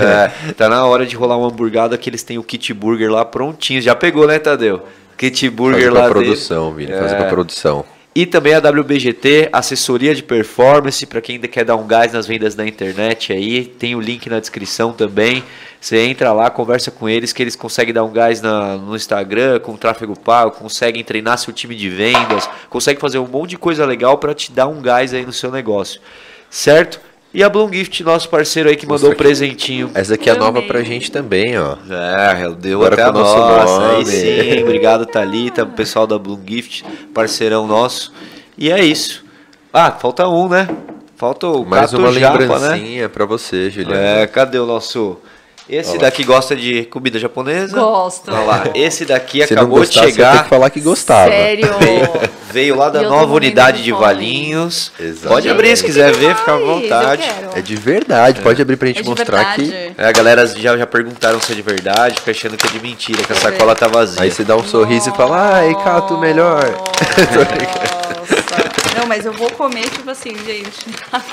É, tá na hora de rolar uma hamburgada, que eles têm o kit burger lá prontinho. Já pegou, né, Tadeu? Kit burger fazer lá pra produção, Vini, é. fazer pra produção. E também a W B G T, assessoria de performance, para quem ainda quer dar um gás nas vendas da internet aí, tem o link na descrição também. Você entra lá, conversa com eles, que eles conseguem dar um gás na, no Instagram, com tráfego pago, conseguem treinar seu time de vendas, conseguem fazer um monte de coisa legal para te dar um gás aí no seu negócio, certo? E a Bloom Gift, nosso parceiro aí que mandou o presentinho. Essa aqui é nova pra gente também, ó. É, deu Agora até com a nosso nossa. nome. Aí sim, obrigado Thalita, pessoal da Bloom Gift, parceirão nosso. E é isso. Ah, falta um, né? Falta o Mais Cato uma Japa, lembrancinha né? pra você, Juliana. É, cadê o nosso... Esse Olha daqui gosta de comida japonesa? Gosto. Olha lá, esse daqui Se acabou não gostar, de chegar. Você tem que falar que gostava. Sério? Veio, veio lá da Eu nova tô unidade de fome. Valinhos. Exatamente. Pode abrir se quiser ver, fica à Ai, vontade. eu quero. É de verdade, pode abrir pra gente É de mostrar verdade. aqui. É, a galera já, já perguntaram se é de verdade, fica achando que é de mentira, que a sacola tá vazia. Aí você dá um sorriso e fala, ai, Cato, melhor. Nossa. Não, mas eu vou comer, tipo assim, gente.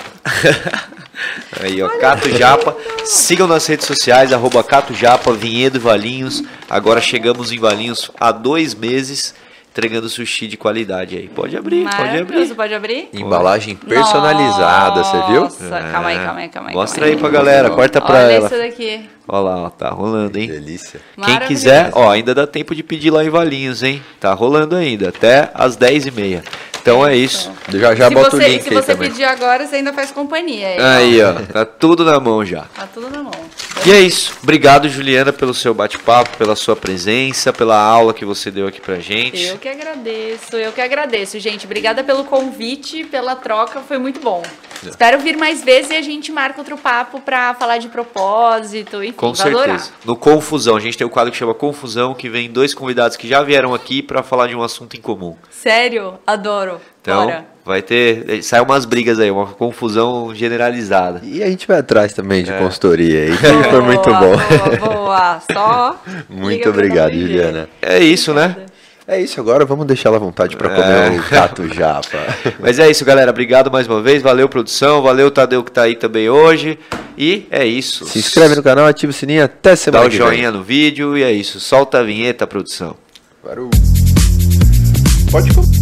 Aí, ó, Cato Japa. Sigam nas redes sociais, arroba Cato Japa, Vinhedo e Valinhos. Agora chegamos em Valinhos há dois meses, entregando sushi de qualidade aí. Pode abrir, pode abrir. Pode abrir? Embalagem personalizada, Nossa, você viu? Nossa, calma aí, calma aí, calma aí. Mostra calma aí pra galera, corta pra Olha ela. isso daqui. Olha lá, ó, tá rolando, hein? Delícia. Quem quiser, ó, ainda dá tempo de pedir lá em Valinhos, hein? Tá rolando ainda, até às dez e meia. Então é isso. Já, já se bota você, o link se aí você também. pedir agora, você ainda faz companhia. Aí, Aí, ó, tá tudo na mão já. Tá tudo na mão. E é isso. Obrigado, Juliana, pelo seu bate-papo, pela sua presença, pela aula que você deu aqui pra gente. Eu que agradeço, eu que agradeço, gente. Obrigada pelo convite, pela troca, foi muito bom. Espero vir mais vezes e a gente marca outro papo pra falar de propósito, enfim, Com vou adorar. certeza. No Confusão, a gente tem o quadro que chama Confusão, que vem dois convidados que já vieram aqui para falar de um assunto em comum. Sério? Adoro. Então, Bora. vai ter, sai umas brigas aí, uma confusão generalizada. E a gente vai atrás também de É. consultoria aí, que foi muito bom. Boa, boa. Só Muito liga pra obrigado, dar um Juliana. É isso, né? É isso, agora vamos deixar ela à vontade para comer É. o gato japa. Mas é isso, galera. Obrigado mais uma vez. Valeu, produção. Valeu, Tadeu, que tá aí também hoje. E é isso. Se inscreve no canal, ativa o sininho, até Dá semana o que vem. joinha no vídeo e é isso. Solta a vinheta, produção. Parou. Pode comer.